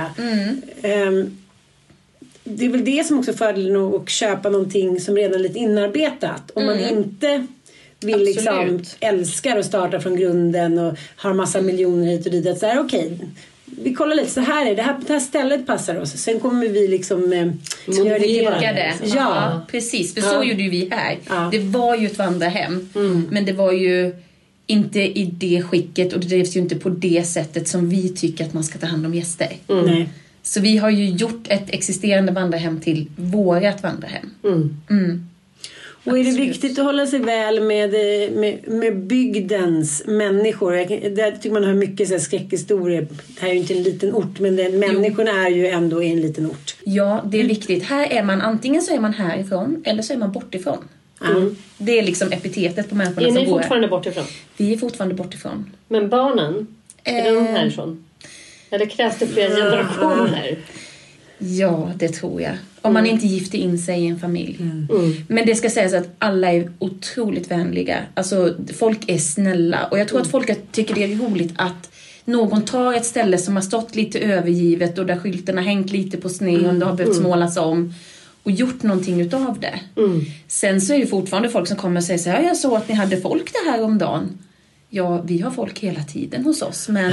Det är väl det som också är fördelen att köpa någonting som redan är lite inarbetat. Om man inte vill liksom älskar att starta från grunden och har massa miljoner hit och dit, att så här, okej, vi kollar lite, så här är det här stället passar oss. Sen kommer vi liksom modifiera det. Ja, precis. För så gjorde ju vi här. Det var ju ett vandrarhem. Men det var ju inte i det skicket och det drevs ju inte på det sättet som vi tycker att man ska ta hand om gäster. Nej. Så vi har ju gjort ett existerande vandrarhem till vårat vandrarhem. Och är det viktigt att hålla sig väl med bygdens människor? Där tycker man har mycket så här skräckhistorier. Det här är ju inte en liten ort, men människorna är ju ändå i en liten ort. Ja, det är viktigt. Här är man, antingen så är man härifrån eller så är man bortifrån. Det är liksom epitetet på människorna som bor här. Är ni fortfarande bortifrån? Vi är fortfarande bortifrån. Men barnen, är de härifrån? Eller krävs det fler generationer? Ja, det tror jag. Om man inte gifter in sig i en familj. Men det ska sägas att alla är otroligt vänliga. Alltså, folk är snälla. Och jag tror att folk tycker det är roligt att någon tar ett ställe som har stått lite övergivet och där skylten har hängt lite på snö och det har behövt målas om och gjort någonting utav det. Sen så är det fortfarande folk som kommer och säger så här, jag såg att ni hade folk det här om dagen. Ja, vi har folk hela tiden hos oss, men...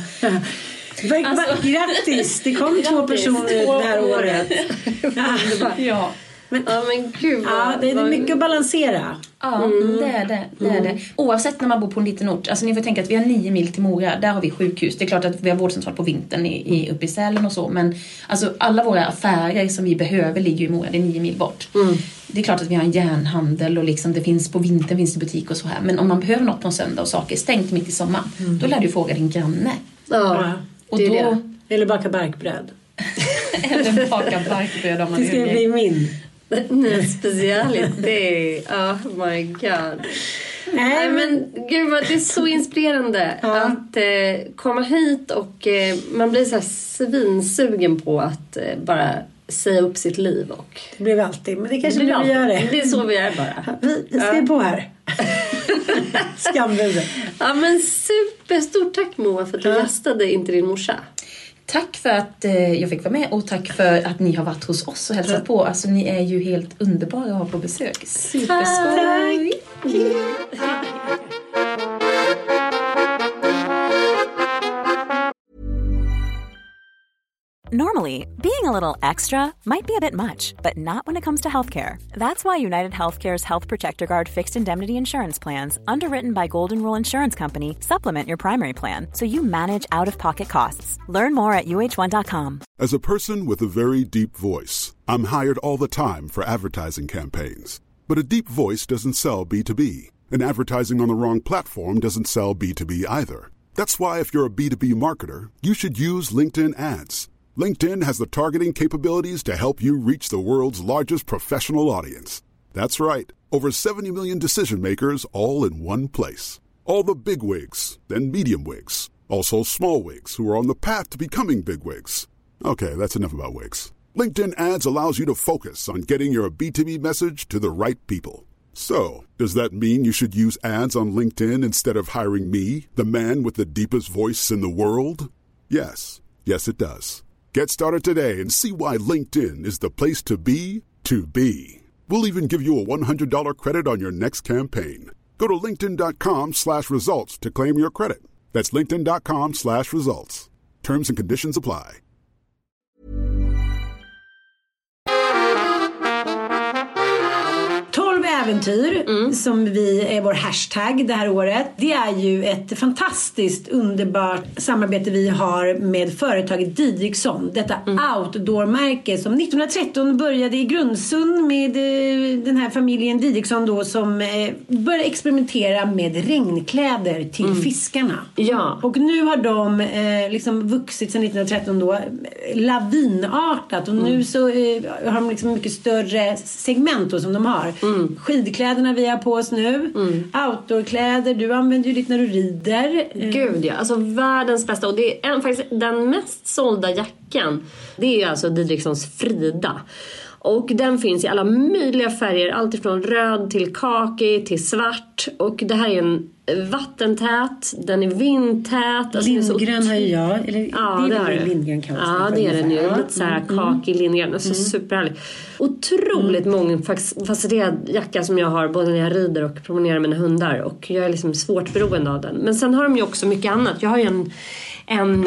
Alltså, grattis, det kom 2 personer det här året. Ja. Men gud, det är mycket att balansera. Ja, det är det. Oavsett när man bor på en liten ort. Alltså ni får tänka att vi har 9 mil till Mora. Där har vi sjukhus. Det är klart att vi har vårdcentral på vintern uppe i Sälen och så. Men alltså, alla våra affärer som vi behöver ligger i Mora. Det är 9 mil bort. Det är klart att vi har en järnhandel och liksom det finns på vintern finns det butik och så här. Men om man behöver något på en söndag och saker är stängt mitt i sommaren. Då lär du fråga din granne. Ja, och då... det. Eller baka barkbröd. Eller baka barkbröd om man det ska bli min. Specialitet. Oh my god. Nej men gud vad det är så inspirerande att komma hit och man blir så här svinsugen på att bara säga upp sitt liv och det blir alltid, men det kanske blir vi gör det. Det är så vi är bara. Vi ser på här. Skambudet. Ja men superstort tack Moa för att du gästade Inte din morsa. Tack för att jag fick vara med och tack för att ni har varit hos oss och hälsat på. Alltså ni är ju helt underbara att ha på besök. Superskoj! Normally, being a little extra might be a bit much, but not when it comes to healthcare. That's why United Healthcare's Health Protector Guard fixed indemnity insurance plans, underwritten by Golden Rule Insurance Company, supplement your primary plan so you manage out-of-pocket costs. Learn more at uh1.com. As a person with a very deep voice, I'm hired all the time for advertising campaigns. But a deep voice doesn't sell B2B, and advertising on the wrong platform doesn't sell B2B either. That's why if you're a B2B marketer, you should use LinkedIn ads. LinkedIn has the targeting capabilities to help you reach the world's largest professional audience. That's right. Over 70 million decision makers all in one place. All the big wigs, then medium wigs. Also small wigs who are on the path to becoming big wigs. Okay, that's enough about wigs. LinkedIn ads allows you to focus on getting your B2B message to the right people. So, does that mean you should use ads on LinkedIn instead of hiring me, the man with the deepest voice in the world? Yes. Yes, it does. Get started today and see why LinkedIn is the place to be to be. We'll even give you a $100 credit on your next campaign. Go to linkedin.com/results to claim your credit. That's linkedin.com/results. Terms and conditions apply. Äventyr som vi är vår hashtag det här året. Det är ju ett fantastiskt underbart samarbete vi har med företaget Didriksson. Detta outdoor-märke som 1913 började i Grundsund med den här familjen Didriksson då, som började experimentera med regnkläder till fiskarna. Ja. Och nu har de liksom vuxit sedan 1913 då lavinartat och nu så har de liksom mycket större segment då, som de har. Skidkläderna vi har på oss nu. Outdoorkläder. Du använder ju ditt när du rider. Gud ja. Alltså världens bästa. Och det är faktiskt den mest sålda jackan. Det är ju alltså Didrikssons Frida. Och den finns i alla möjliga färger. Allt ifrån röd till kaki till svart. Och det här är en vattentät. Den är vindtät. Alltså Lindgren har ju jag. Eller, ja, det är Lindgren kan ja, det är den ju. Lite så här kaki Lindgren. Alltså superhärlig. Otroligt mångfacetterad jacka som jag har både när jag rider och promenerar med mina hundar. Och jag är liksom svårt beroende av den. Men sen har de ju också mycket annat. Jag har ju en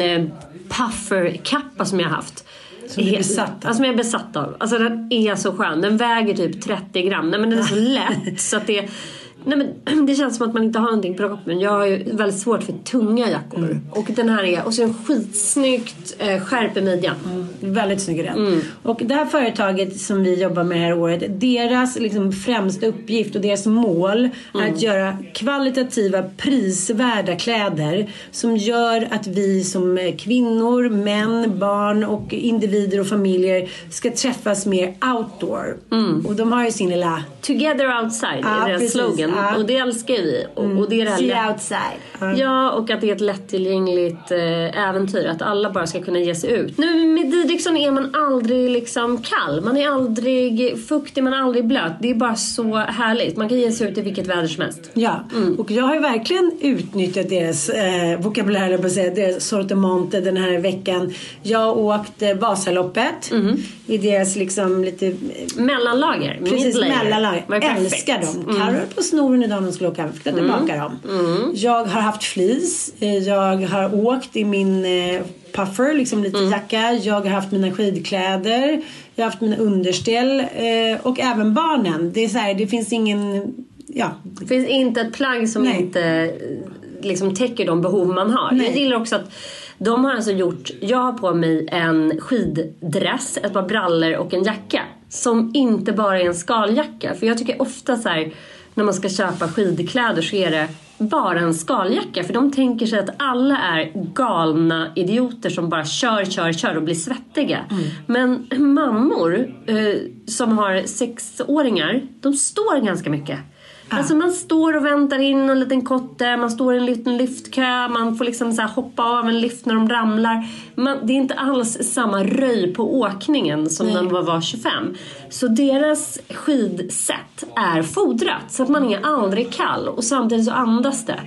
pufferkappa som jag har haft. Som du är besatt av. Alltså, jag är besatt av. Alltså den är så skön. Den väger typ 30 gram. Nej, men den är så lätt så att det... Nej, men det känns som att man inte har någonting på kroppen. Jag har ju väldigt svårt för tunga jackor. Och den här är... Och så en skitsnyggt skärp i midjan. Väldigt snygg den. Och det här företaget som vi jobbar med det här året, deras liksom främsta uppgift och deras mål är att göra kvalitativa, prisvärda kläder som gör att vi som kvinnor, män, barn och individer och familjer ska träffas mer outdoor. Och de har ju sin lilla... Together outside är deras slogan. Och det älskar vi. Och det är det här See outside. Ja, och att det är ett lättillgängligt äventyr. Att alla bara ska kunna ge sig ut. Nu med Didriksson är man aldrig liksom kall. Man är aldrig fuktig, man är aldrig blöt. Det är bara så härligt. Man kan ge sig ut i vilket väder som helst. Ja, och jag har ju verkligen utnyttjat deras vokabulär, eller på att säga, deras sortiment den här veckan. Jag åkte Vasaloppet i deras liksom lite... mellanlager. Precis, mellanlager. Älskar dem. Karol på snoren idag när de skulle åka. Fick jag tillbaka dem. Jag har haft flis. Jag har åkt i min puffer, liksom lite jacka. Jag har haft mina skidkläder. Jag har haft mina underställ. Och även barnen. Det är så här, det finns ingen... Ja. Det finns inte ett plagg som inte liksom täcker de behov man har. Nej. Jag gillar också att de har alltså gjort... Jag har på mig en skiddress, ett par brallor och en jacka. Som inte bara är en skaljacka. För jag tycker ofta så här... När man ska köpa skidkläder så är det bara en skaljacka. För de tänker sig att alla är galna idioter som bara kör och blir svettiga. Men mammor som har 6-åringar, de står ganska mycket. Alltså man står och väntar in en liten kotte. Man står i en liten lyftkö. Man får liksom så här hoppa av en lyft när de ramlar. Det är inte alls samma röj på åkningen som när man var 25. Så deras skidsätt är fodrat. Så att man är aldrig kall. Och samtidigt så andas det.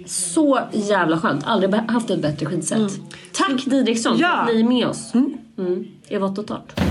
Så jävla skönt. Aldrig haft ett bättre skidsätt. Tack Didriksson för att ni är med oss. Det var totalt.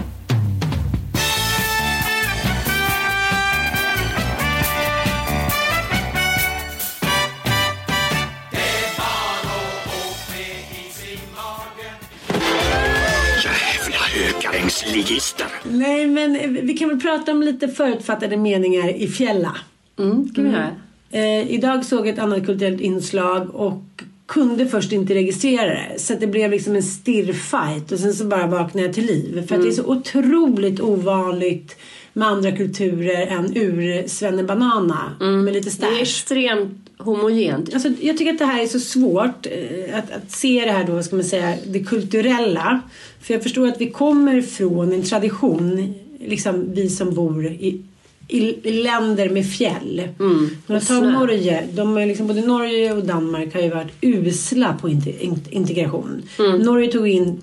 Bänksprängsligister. Nej, men vi kan väl prata om lite förutfattade meningar i fjälla. Kan vi göra? Idag såg jag ett annat kulturellt inslag och kunde först inte registrera det. Så att det blev liksom en stirrfight. Och sen så bara vaknade jag till liv. För att det är så otroligt ovanligt med andra kulturer än ur-svennebanana. Med lite stash. Det är extremt homogent. Alltså, jag tycker att det här är så svårt att se det här då, ska man säga, det kulturella. För jag förstår att vi kommer från en tradition, liksom vi som bor i länder med fjäll. Men ta Norge, liksom, både Norge och Danmark har ju varit usla på integration. Norge tog in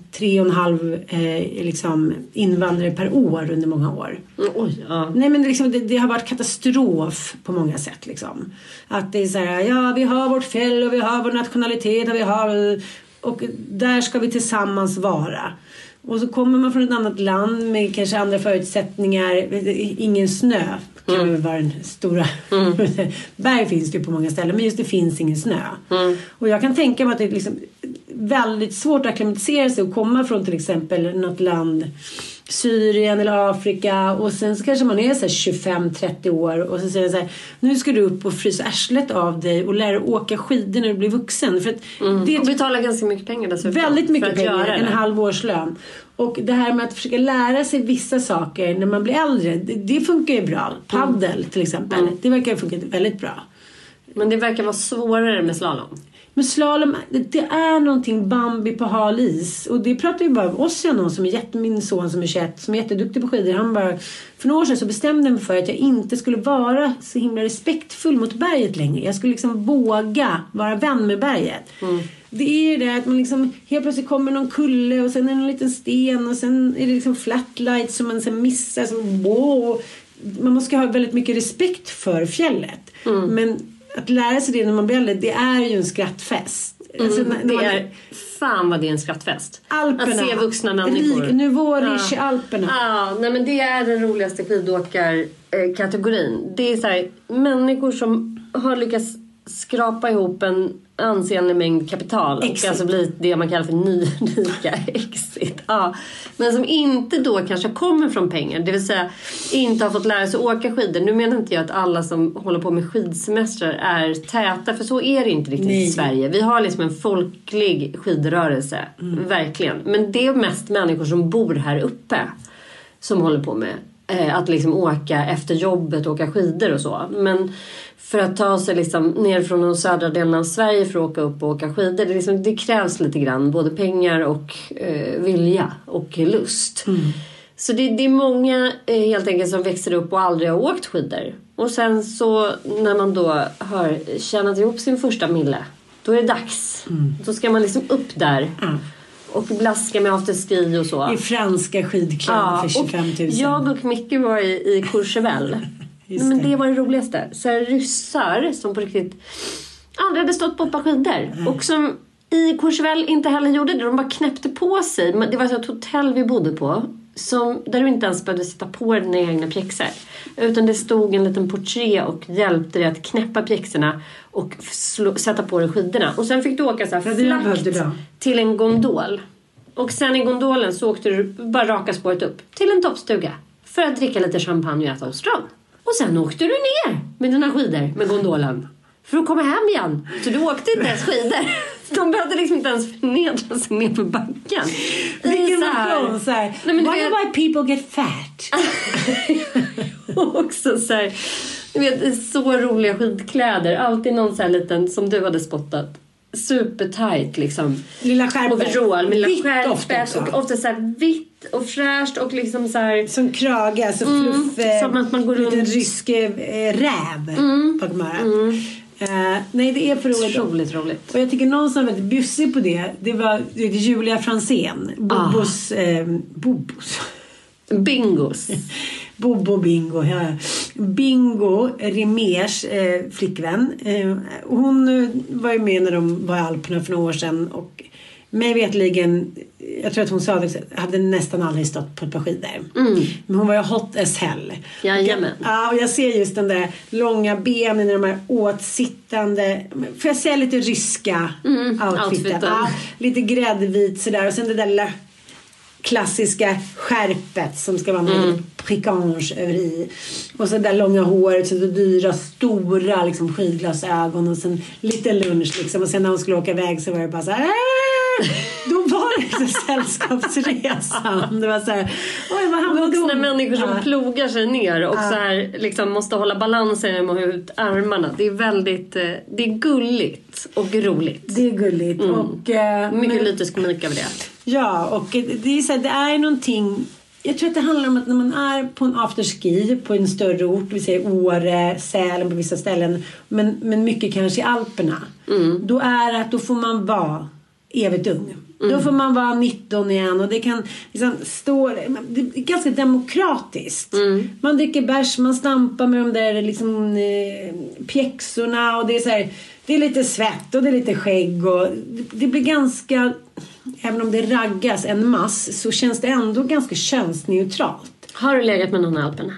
3,5 liksom, invandrare per år under många år. Nej, men liksom, det har varit katastrof på många sätt liksom. Att det är så här, ja, vi har vårt fjäll och vi har vår nationalitet och där ska vi tillsammans vara. Och så kommer man från ett annat land med kanske andra förutsättningar. Ingen snö kan väl vara den stora. Berg finns det ju på många ställen, men just det finns ingen snö. Och jag kan tänka mig att det är liksom väldigt svårt att akklimatisera sig och komma från till exempel något land, Syrien eller Afrika, och sen så kanske man är så 25-30 år och så säger jag så här, nu ska du upp och frysa arslet av dig och lära åka skidor när du blir vuxen. För att det och betala ganska mycket pengar dessutom. Väldigt mycket pengar, en halv årslön. Och det här med att försöka lära sig vissa saker när man blir äldre, det funkar ju bra. Paddel till exempel, det verkar ju funka väldigt bra. Men det verkar vara svårare med slalom. Men slalom, det är någonting Bambi på hal is. Och det pratar ju bara om oss, någon som är min son som är 21, som är jätteduktig på skidor. Han bara, för några år sedan så bestämde jag mig för att jag inte skulle vara så himla respektfull mot berget längre. Jag skulle liksom våga vara vän med berget. Det är ju det att man liksom helt plötsligt kommer någon kulle och sen är det en liten sten och sen är det liksom flatlight som man sen missar. Så, wow. Man måste ha väldigt mycket respekt för fjället. Men att lära sig det när man blir äldre, det är ju en skrattfest. Alltså, Fan vad det är en skrattfest. Alperna. Att se vuxna människor. Nivårish i Alperna. Ja, nej men det är den roligaste skidåkarkategorin. Det är så här, människor som har lyckats skrapa ihop en ansenlig mängd kapital. Exit. Och alltså bli det man kallar för nyrika. Exit. Ja. Men som inte då kanske kommer från pengar. Det vill säga inte har fått lära sig åka skidor. Nu menar inte jag att alla som håller på med skidsemestrar är täta. För så är det inte riktigt i Sverige. Vi har liksom en folklig skidrörelse. Verkligen. Men det är mest människor som bor här uppe som håller på med att liksom åka efter jobbet, åka skidor och så. Men för att ta sig liksom ner från de södra delarna av Sverige för att åka upp och åka skidor, det krävs lite grann. Både pengar och vilja och lust. Så det är många helt enkelt som växer upp och aldrig har åkt skidor. Och sen så när man då har tjänat ihop sin första mille, då är det dags. Då ska man liksom upp där. Och blaska med afterski och så. I franska skidkläder för 25 000. Jag och Micke var i Courchevel. Men det var det roligaste. Så här, ryssar som på riktigt aldrig hade stått på ett par skidor. Och som i Courchevel inte heller gjorde det. De bara knäppte på sig. Det var så ett hotell vi bodde på. Där du inte ens behövde sätta på dina egna pjäxor. Utan det stod en liten portré och hjälpte dig att knäppa pjäxorna och sätta på dig skidorna. Och sen fick du åka så här flackt till en gondol. Och sen i gondolen så åkte du bara raka spåret upp till en toppstuga. För att dricka lite champagne och äta ostron. Och sen åkte du ner med dina skidor med gondolen. För att komma hem igen. Så du åkte inte ens skidor. De behövde liksom inte ens förnedra sig ner på backen. Vilken nation så här. Why people get fat? Också så här. Du vet, så roliga skidkläder. Alltid någon så här liten som du hade spottat. Supertight liksom. Lilla skärpet. Overall med lilla skärpet. Och ofta så här vitt och fräscht och liksom så här. Som krage, alltså fluff. Som att man går runt. En rysk räv. Nej, det är för roligt. Och jag tycker någon som var väldigt bussig på det. Det var Julia Franzén. Bobos. Bingos. Bobo Bingo, ja. Bingo Remers flickvän. Hon var ju med när de var i Alperna för några år sedan. Och mig vetligen, jag tror att hon sa att hade nästan aldrig stått på ett par skidor. Men hon var ju hot as hell. Jajamän. Ja, och jag ser just den där långa benen, de här åtsittande, får jag säga lite ryska outfiten. Ja, lite gräddvit sådär. Och sen det där klassiska skärpet som ska vara med prikange över i. Och så där långa håret, så det dyra, stora liksom, skidglasögon och sen lite lunch liksom. Och sen när hon skulle åka iväg så var det bara så här... Då var det så sällskapsresan. Det var så här, oj, vad han vuxna människor som plogar sig ner och så här liksom måste hålla balansen genom ut armarna. Det är väldigt, det är gulligt och roligt. Det är gulligt och mycket lite komik över det. Ja, och det är så här, det är någonting. Jag tror att det handlar om att när man är på en afterski på en större ort, vi säger Åre, Sälen på vissa ställen, men mycket kanske i Alperna. Då är det att då får man vara evigt ung. Då får man vara 19 igen och det kan liksom stå, det är ganska demokratiskt. Man dricker bärs, man stampar med de där liksom pjäxorna och det är så här, det är lite svett och det är lite skägg och det blir ganska, även om det raggas en mass så känns det ändå ganska könsneutralt. Har du legat med någon i Alperna?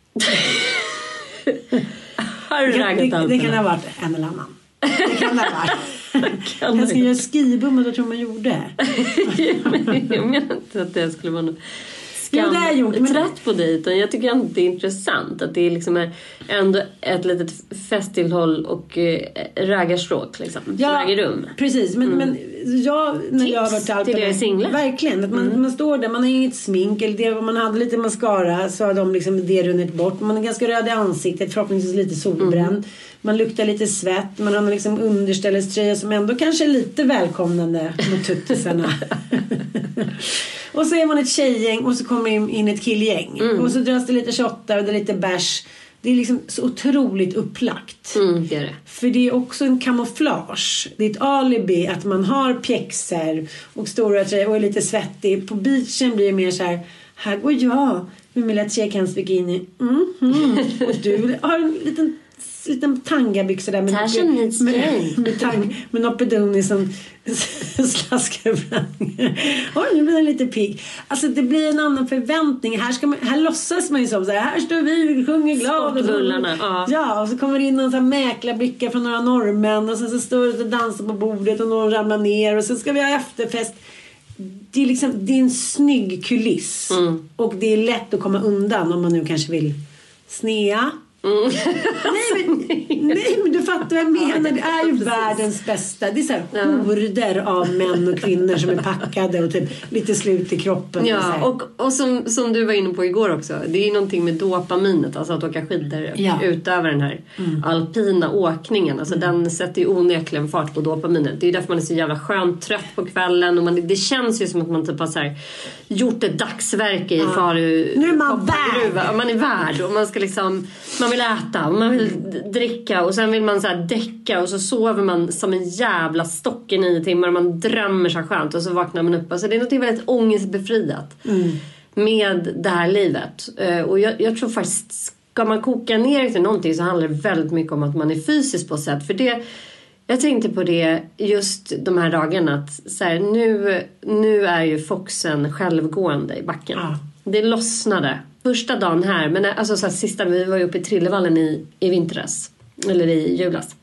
Har du raggat Alperna? Det kan ha varit en eller annan. Det kan ha varit. Jag ska göra skibum och då tror man gjorde. Jag menar inte att det skulle vara något trött på dejten. Jag tycker att det är intressant att det liksom är ändå ett litet festtillhåll och raggarstråk liksom, ja, äger rum. Prerit, men när jag har varit i Alperna, verkligen, att man står där, man har inget smink eller det, man hade lite mascara så har de liksom det runnit bort, man är ganska röd i ansiktet, förhoppningsvis lite solbränd, man luktar lite svett, man har liksom underställströja som ändå kanske är lite välkomnande mot tuttisarna. Och så är man ett tjejgäng och så kommer in ett killgäng. Och så dras det lite shottar och det är lite bärs. Det är liksom så otroligt upplagt. Det är det. För det är också en kamouflage. Det är ett alibi att man har pjäxor och stora tröjor och är lite svettig. På beachen blir det mer så här går jag med min latkekans bikini. Och du har en liten tangabyxa där med Nopedoni som slaskar fram. Oj, nu blir den lite pigg. Alltså det blir en annan förväntning. Här låtsas man ju som så här står vi och sjunger glad och bullarna. Ja, och så kommer det in någon så här mäklarblickar från några norrmän och sen så står det och dansar på bordet och någon ramlar ner och sen ska vi ha efterfest. Det är liksom, det är en snygg kuliss och det är lätt att komma undan om man nu kanske vill snea. Nej, men du fattar vad jag menar. Det är ju världens bästa. Det är så här horder av män och kvinnor som är packade och typ lite slut i kroppen. Ja, och som du var inne på igår också, det är någonting med dopaminet, alltså att åka skidor utöver den här alpina åkningen. Alltså den sätter ju onekligen fart på dopaminet. Det är därför man är så jävla skönt trött på kvällen och det känns ju som att man typ har så här gjort ett dagsverke i Faru. Nu är man värd. Man är värd och man ska liksom, man vill äta och man vill dricka och sen vill man så här däcka och så sover man som en jävla stock i 9 timmar och man drömmer så skönt och så vaknar man upp. Alltså det är något väldigt ångestbefriat med det här livet. Och jag tror faktiskt, ska man koka ner till någonting så handlar det väldigt mycket om att man är fysiskt på sätt. För det, jag tänkte på det just de här dagarna att så här, nu är ju foxen självgående i backen. Det lossnade första dagen här, men alltså så här, sista, vi var ju uppe i Trillevallen i vintras eller i julas.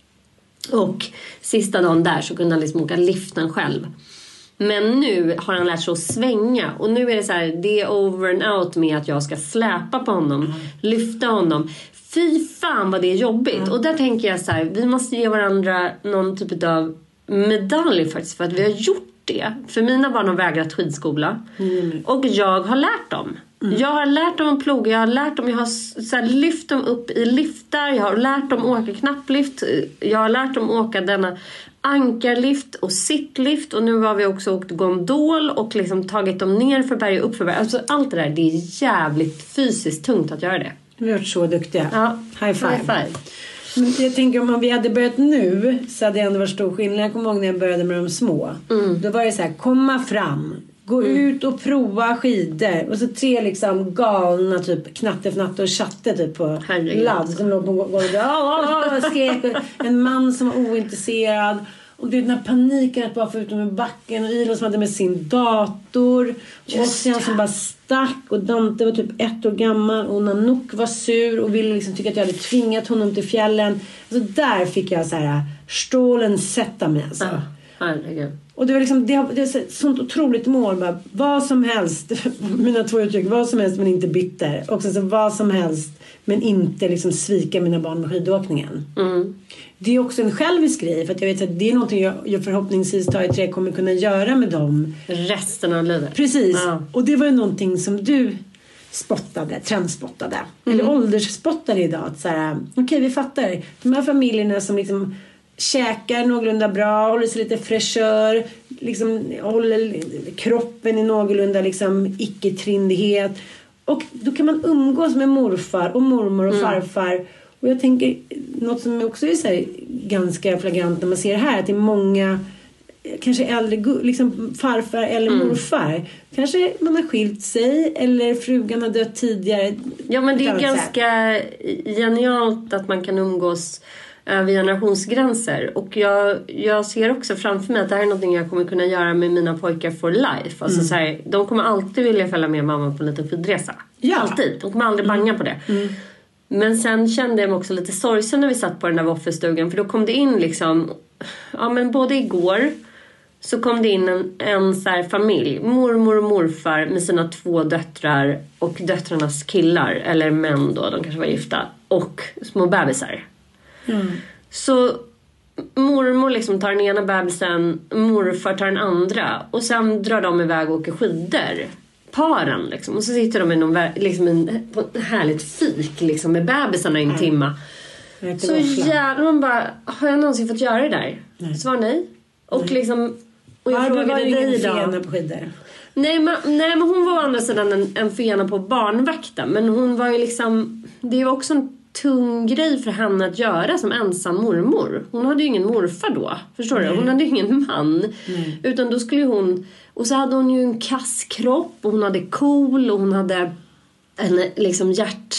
Och sista dagen där så kunde han liksom åka liften själv. Men nu har han lärt sig att svänga och nu är det så här, det är over and out med att jag ska släpa på honom, lyfta honom. Fy fan vad det är jobbigt. Och där tänker jag så här, vi måste ge varandra någon typ av medalj faktiskt för att vi har gjort det. För mina barn har vägrat skidskola. Och jag har lärt dem. Jag har lärt dem att ploga. Jag har så här, lyft dem upp i liftar. Jag har lärt dem åka knapplift. Jag har lärt dem åka denna ankarlift och sittlift. Och nu har vi också åkt gondol och liksom tagit dem ner för berg och upp för berg. Alltså allt det där, det är jävligt fysiskt tungt att göra det. Vi har varit så duktiga. Ja. High five. Men jag tänker om vi hade börjat nu så hade det ändå varit stor skillnad. Jag kommer ihåg när jag började med de små. Då var det så här, komma fram. Gå ut och prova skidor. Och så 3 liksom galna typ knatte och chatte typ på ladd som låg på golvet. Skrek. En man som var ointresserad. Och det är den här paniken att bara få ut dem i backen. Och Ilon som hade med sin dator. Och sen som bara stack. Och Dante var typ 1 år gammal. Och Nanook var sur och ville liksom tycka att jag hade tvingat honom till fjällen. Så där fick jag så här strålen sätta mig alltså. Herregud. Och det var liksom, det är ett sånt otroligt mål. Bara, vad som helst, mina 2 uttryck, vad som helst men inte bitter. Och så vad som helst men inte liksom svika mina barn med skidåkningen. Det är också en självisk grej. För att jag vet att det är någonting jag förhoppningsvis tar i trä kommer kunna göra med dem. Resten av livet. Precis. Och det var ju någonting som du trendspottade. Eller åldersspottade idag. Okej, vi fattar. De här familjerna som liksom käkar någorlunda bra, håller sig lite fräschör, liksom håller kroppen i någorlunda liksom icke-trindighet. Och då kan man umgås med morfar och mormor och farfar. Och jag tänker, något som också är så här ganska flagrant när man ser här, att det är många kanske äldre, liksom farfar eller morfar. Kanske man har skilt sig eller frugan har dött tidigare. Ja, men det är ganska genialt att man kan umgås över generationsgränser. Och jag ser också framför mig att det här är någonting jag kommer kunna göra med mina pojkar for life. Alltså så här, de kommer alltid vilja följa med mamma på en liten skidresa. Ja. Alltid. De kommer aldrig banga på det. Men sen kände jag mig också lite sorgsen när vi satt på den där våffelstugan. För då kom det in liksom, ja men både igår så kom det in en så här familj. Mormor och morfar med sina 2 döttrar och döttrarnas killar. Eller män då, de kanske var gifta. Och små bebisar. Så mormor liksom tar den ena bebisen, morfar tar den andra. Och sen drar de iväg och åker skidor. Paren liksom. Och så sitter de i någon, liksom på ett härligt fik liksom, med bebisarna i en timma. Så jävlar, man bara, har jag någonsin fått göra det där? Svar nej. Och liksom, och jag frågade dig idag. På skidor. Nej, men hon var å andra sidan en fena på barnvakta. Men hon var ju liksom, det var också en tung grej för henne att göra som ensam mormor. Hon hade ju ingen morfar då, förstår du? Hon hade ju ingen man. Utan då skulle hon, och så hade hon ju en kasskropp och hon hade KOL och hon hade en liksom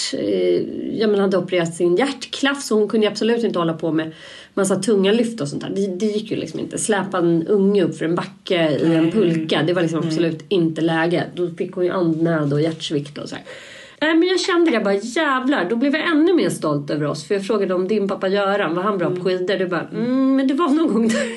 hade opererat sin hjärtklaff, så hon kunde absolut inte hålla på med massa tunga lyft och sånt där. Det gick ju liksom inte. Släpa en unge upp för en backe i en pulka, det var liksom absolut inte läge. Då fick hon ju andnöd och hjärtsvikt och så här. Men jag kände det bara, jävlar, då blev jag ännu mer stolt över oss. För jag frågade om din pappa Göran, var han bra på skidor? Du bara, men det var någon gång där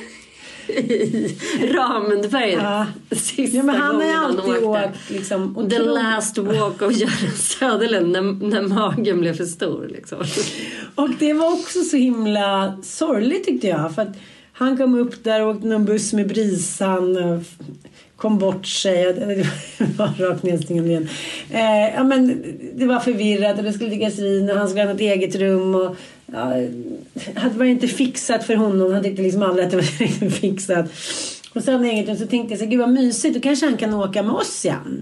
i Ramundberget. Ja, men han har alltid åkt liksom, the last walk of Göran Söderlund när magen blev för stor liksom. Och det var också så himla sorgligt tyckte jag. För att han kom upp där och åkte någon buss med brisan och kom bort sig. Det var rakt nedstingen igen. Ja, men det var förvirrat och det skulle ligga svin och han skulle ha ett eget rum och hade man inte fixat för honom. Han tyckte liksom aldrig att det var fixat. Och sen egentligen så tänkte jag så, gud vad mysigt, då kanske han kan åka med oss igen.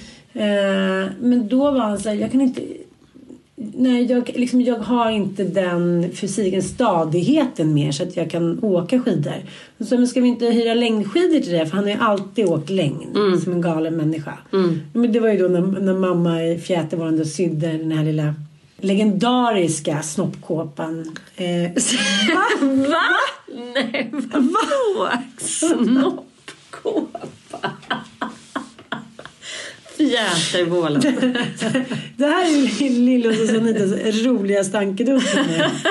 Men då var han så här, jag kan inte, nej, jag har inte den fysiken, stadigheten mer så att jag kan åka skidor. Och så, men ska vi inte hyra längdskidor till det? För han har ju alltid åkt längd som en galen människa. Men det var ju då när mamma i Fjätervården sydde den här lilla legendariska snoppkåpan. Va? Nej, vadå? Snoppkåpa. Fjätervålen. Det här är ju Lillos och Sonitas roliga stankedunken.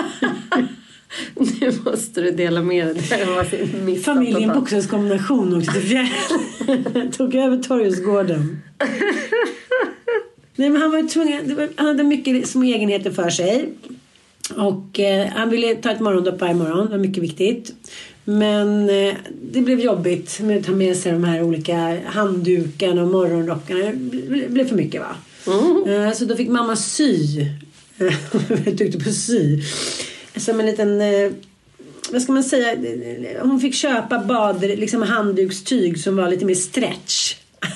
Nu måste du dela med dig. Det var sin familjen bokstavskombination också till fjärden. Tog över Torgelsgården. Nej, men han var tvungen, han hade mycket små egenheter för sig. Och han ville ta ett morgondopp varje morgon. Det var mycket viktigt. Men det blev jobbigt med att ta med sig de här olika handdukarna och morgonrockarna. Det blev för mycket, va? Så då fick mamma sy. Jag tyckte på sy. Som en liten, vad ska man säga? Hon fick köpa liksom handdukstyg som var lite mer stretch.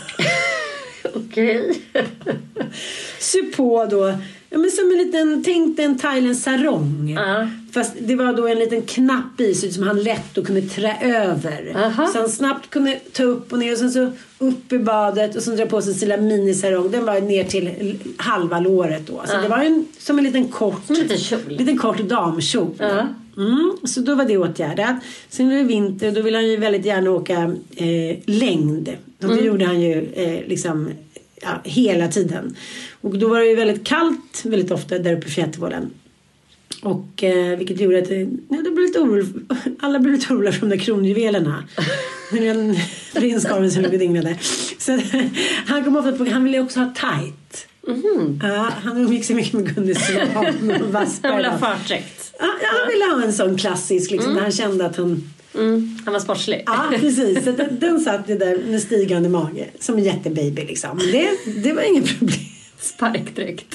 Okej. Sy på då. Ja, men som en liten, tänkte en thailändsk sarong. Fast det var då en liten knapp i så som han lätt och kunde trä över. Så han snabbt kunde ta upp och ner och sen så upp i badet och sen dra på sig sin lilla minisarong. Den var ner till halva låret då. Så det var som en liten kort damkjol. Så då var det åtgärdat. Sen var det vinter och då ville han ju väldigt gärna åka längd. Och det gjorde han ju liksom hela tiden. Och då var det ju väldigt kallt väldigt ofta där uppe i Fjätervålen. Och vilket gjorde att det blev lite alla blev lite oroliga för de där kronjuvelerna. Men prinskarven som låg och dinglade. Så han kom ofta på, han ville också ha tight. Ja, han umgicks så mycket med Gunde Svan och Wassberg. Han ville ha förträckt. Ja, han ville ha en sån klassisk liksom, när han kände att han... Han var sportslig. Ja, precis. Så den satt ju där med stigande mage. Som en jättebaby liksom. Det var ingen problem. Sparkdräkt.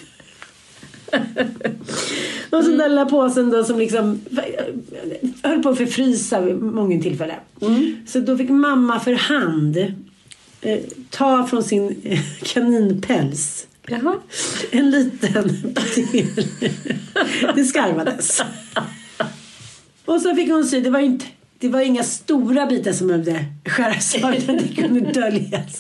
Och så den där påsen då som liksom höll på att förfrysa vid många tillfällen. Så då fick mamma för hand ta från sin kaninpäls. Jaha. En liten del. Det skarvades. Och så fick hon sy. Det var inga stora bitar som behövde skäras av, utan det kunde döljas.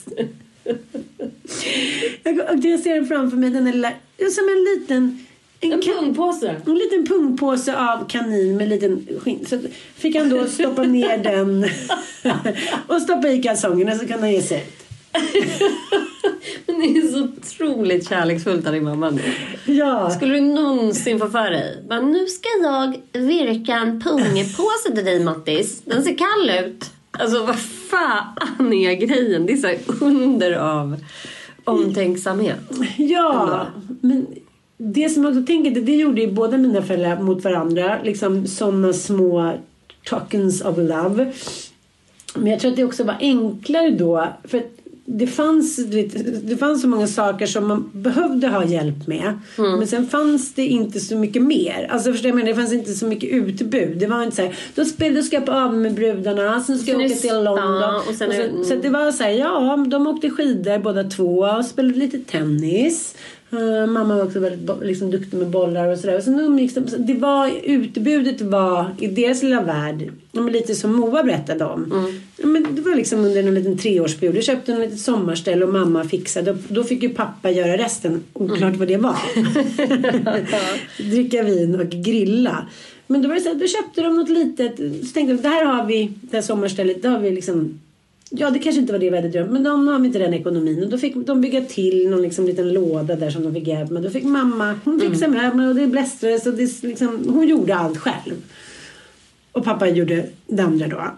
Jag ser den framför mig, den är som en liten... En pungpåse. En liten pungpåse av kanin med liten skinn. Så fick han då stoppa ner den och stoppa i kalsongerna så kan han ge sig ut. Men det är så otroligt kärleksfullt av din mamma nu. Ja. Skulle du någonsin få för dig? Men nu ska jag virka en pungpåse till dig, Mattis. Den ser kall ut. Alltså vad fan är grejen? Det är så under av omtänksamhet. Ja, men det som jag också tänker, det gjorde ju båda mina föräldrar mot varandra. Liksom sådana små tokens of love. Men jag tror att det också var enklare då. För det fanns så många saker som man behövde ha hjälp med. Men sen fanns det inte så mycket mer. Alltså förstår jag, det fanns inte så mycket utbud. Det var inte så här, då ska jag på av med brudarna, sen ska jag åka till London. Och så det var så här, ja, de åkte skidor båda två och spelade lite tennis. Mamma var också väldigt liksom, duktig med bollar och sådär. Och sen det var, utbudet var i deras lilla värld, lite som Moa berättade om. Men det var liksom under en liten 3-årsperiod. Jag köpte en litet sommarställ och mamma fixade. Då fick ju pappa göra resten. Oklart vad det var. Dricka vin och grilla. Men då var det så här, då köpte de något litet. Så tänkte jag, det här sommarstället, det har vi liksom... Ja, det kanske inte var det vi hade drömt. Men de har inte den ekonomin. Och då fick de bygga till någon liksom liten låda där som de fick hjälp med. Då fick mamma, hon fixade möbler och det blästrades. Och det liksom, hon gjorde allt själv. Och pappa gjorde det andra då.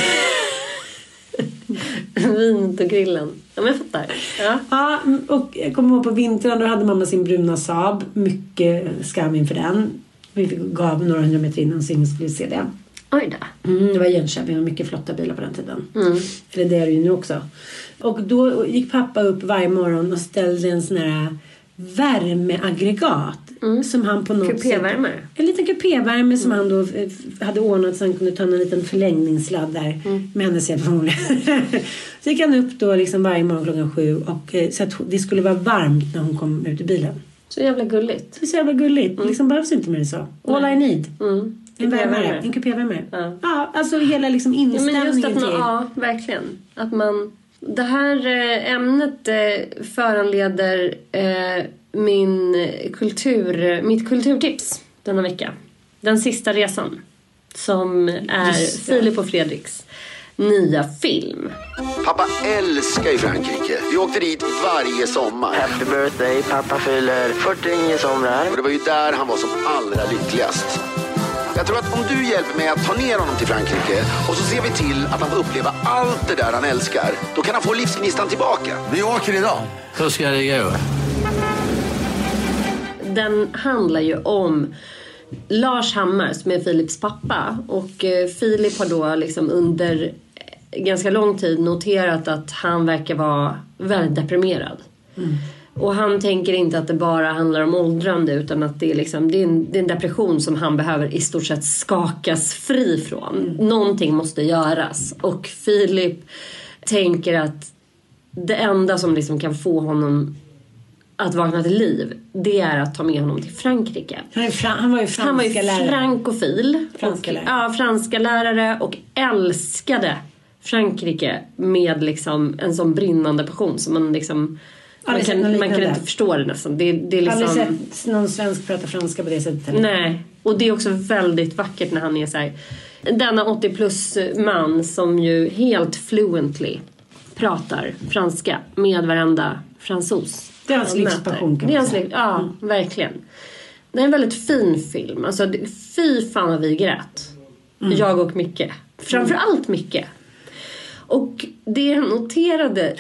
Vinet och grillen. Ja, men jag fattar. Ja, och jag kommer ihåg på vintern, då hade mamma sin bruna Saab. Mycket skam inför den. Vi gav några 100 meter innan så ingen skulle se det. Oj då. Det var Jönköping och mycket flotta bilar på den tiden. Eller det är det ju nu också. Och då gick pappa upp varje morgon och ställde en sån här värmeaggregat. Som han på något kupévärme. sätt... En liten kupévärme som han då hade ordnat så han kunde ta en liten förlängningssladd där med hennes hjälp förmodligen. Så gick han upp då liksom varje morgon 7 och så att det skulle vara varmt när hon kom ut i bilen. Så jävla gulligt. Det är så jävla gulligt. Liksom behövs inte mer så. All I need. En värmare, en kupévärmare. Ja, alltså hela liksom inställningen men just att till... Ja, verkligen. Att man... Det här ämnet föranleder mitt kulturtips denna vecka. Den sista resan. Som är Filip och Fredriks nya film. Pappa älskar ju Frankrike. Vi åkte dit varje sommar. Happy birthday, pappa fyller 49 somrar. Och det var ju där han var som allra lyckligast. Jag tror att om du hjälper mig att ta ner honom till Frankrike och så ser vi till att han får uppleva allt det där han älskar, då kan han få livsgnistan tillbaka. Vi åker idag. Hur ska det gå? Den handlar ju om Lars Hammar som är Filips pappa. Och Filip har då liksom under ganska lång tid noterat att han verkar vara väldigt deprimerad. Och han tänker inte att det bara handlar om åldrande, utan att det är, liksom, det är en depression som han behöver i stort sett skakas fri från. Någonting måste göras. Och Filip tänker att det enda som liksom kan få honom att vakna till liv, det är att ta med honom till Frankrike. Han var ju franska lärare. Frankofil. Franska lärare och älskade Frankrike med liksom en sån brinnande passion som man liksom... Man kan inte förstå det nästan. Det är liksom... Aldrig sett någon svensk prata franska på det sättet. Eller? Nej, och det är också väldigt vackert när han är så här. Denna 80-plus man som ju helt fluently pratar franska med varenda fransos. Det är hans livspassion kan man säga. Ja, verkligen. Det är en väldigt fin film. Alltså, fy fan vad vi grät. Jag och Micke. Framförallt Micke. Och det jag noterade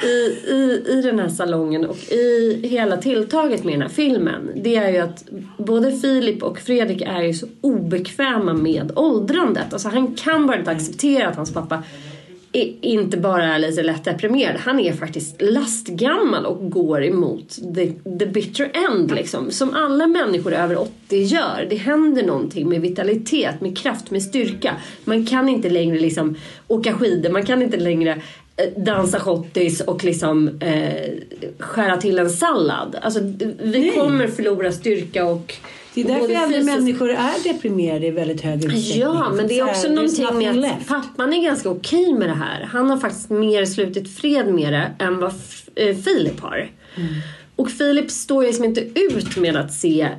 i den här salongen och i hela tilltaget med den här filmen, det är ju att både Filip och Fredrik är ju så obekväma med åldrandet. Alltså han kan bara inte acceptera att hans pappa inte bara är lite lätt deprimerad. Han är faktiskt lastgammal och går emot the bitter end liksom. Som alla människor över 80 gör. Det händer någonting med vitalitet, med kraft, med styrka. Man kan inte längre liksom åka skidor. Man kan inte längre dansa schottis och liksom skära till en sallad. Alltså vi kommer förlora styrka och... Det är därför äldre människor är deprimerade i väldigt hög utsträckning. Ja, men det är också någonting med att pappan är ganska okej med det här. Han har faktiskt mer slutit fred med det än vad Filip har. Och Filip står ju liksom inte ut med att se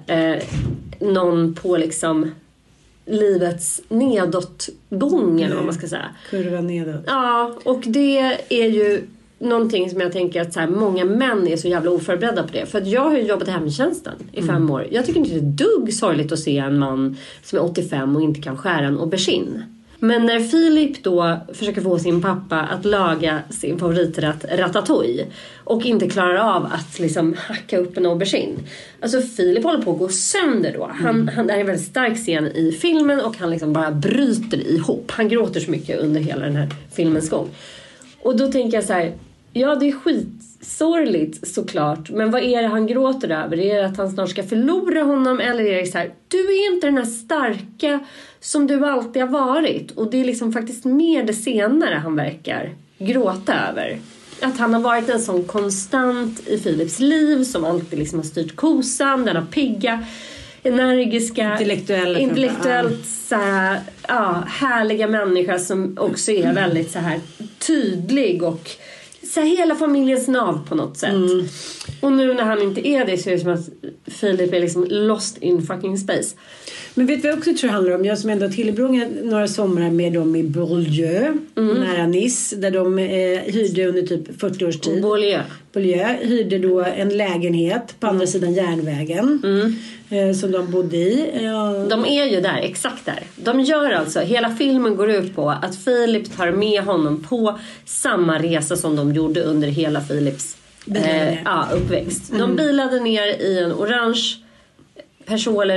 någon på liksom livets nedåtgång eller vad man ska säga. Kurva nedåt. Ja, och det är ju någonting som jag tänker att så här, många män är så jävla oförberedda på det. För att jag har ju jobbat i hemtjänsten i 5 år. Jag tycker inte det är dugg sorgligt att se en man som är 85 och inte kan skära en aubergine. Men när Filip då försöker få sin pappa att laga sin favoriträtt ratatouille och inte klarar av att liksom hacka upp en aubergine. Alltså Filip håller på att gå sönder då. Det är en väldigt stark scen i filmen och han liksom bara bryter ihop. Han gråter så mycket under hela den här filmens gång. Och då tänker jag så här, ja det är skitsorgligt såklart. Men vad är det han gråter över? Är det att han snart ska förlora honom? Eller är det så här, du är inte den här starka som du alltid har varit. Och det är liksom faktiskt mer det senare han verkar gråta över. Att han har varit en sån konstant i Filips liv som alltid liksom har styrt kosan, den har pigga, energiska, intellektuellt så här, härliga människa som också är väldigt så här tydlig och så här, hela familjens nav på något sätt. Och nu när han inte är det så är det som att Filip är liksom lost in fucking space. Men vet du vad jag också tror det handlar om? Jag som ändå har tillbringat några somrar med dem i Beaulieu, nära Nice, där de hyrde under typ 40 års tid. Beaulieu hyrde då en lägenhet på andra sidan järnvägen som de bodde i. De är ju där, exakt där. De gör alltså, hela filmen går ut på att Filip tar med honom på samma resa som de gjorde under hela Filips uppväxt. De bilade ner i en orange Peugeot eller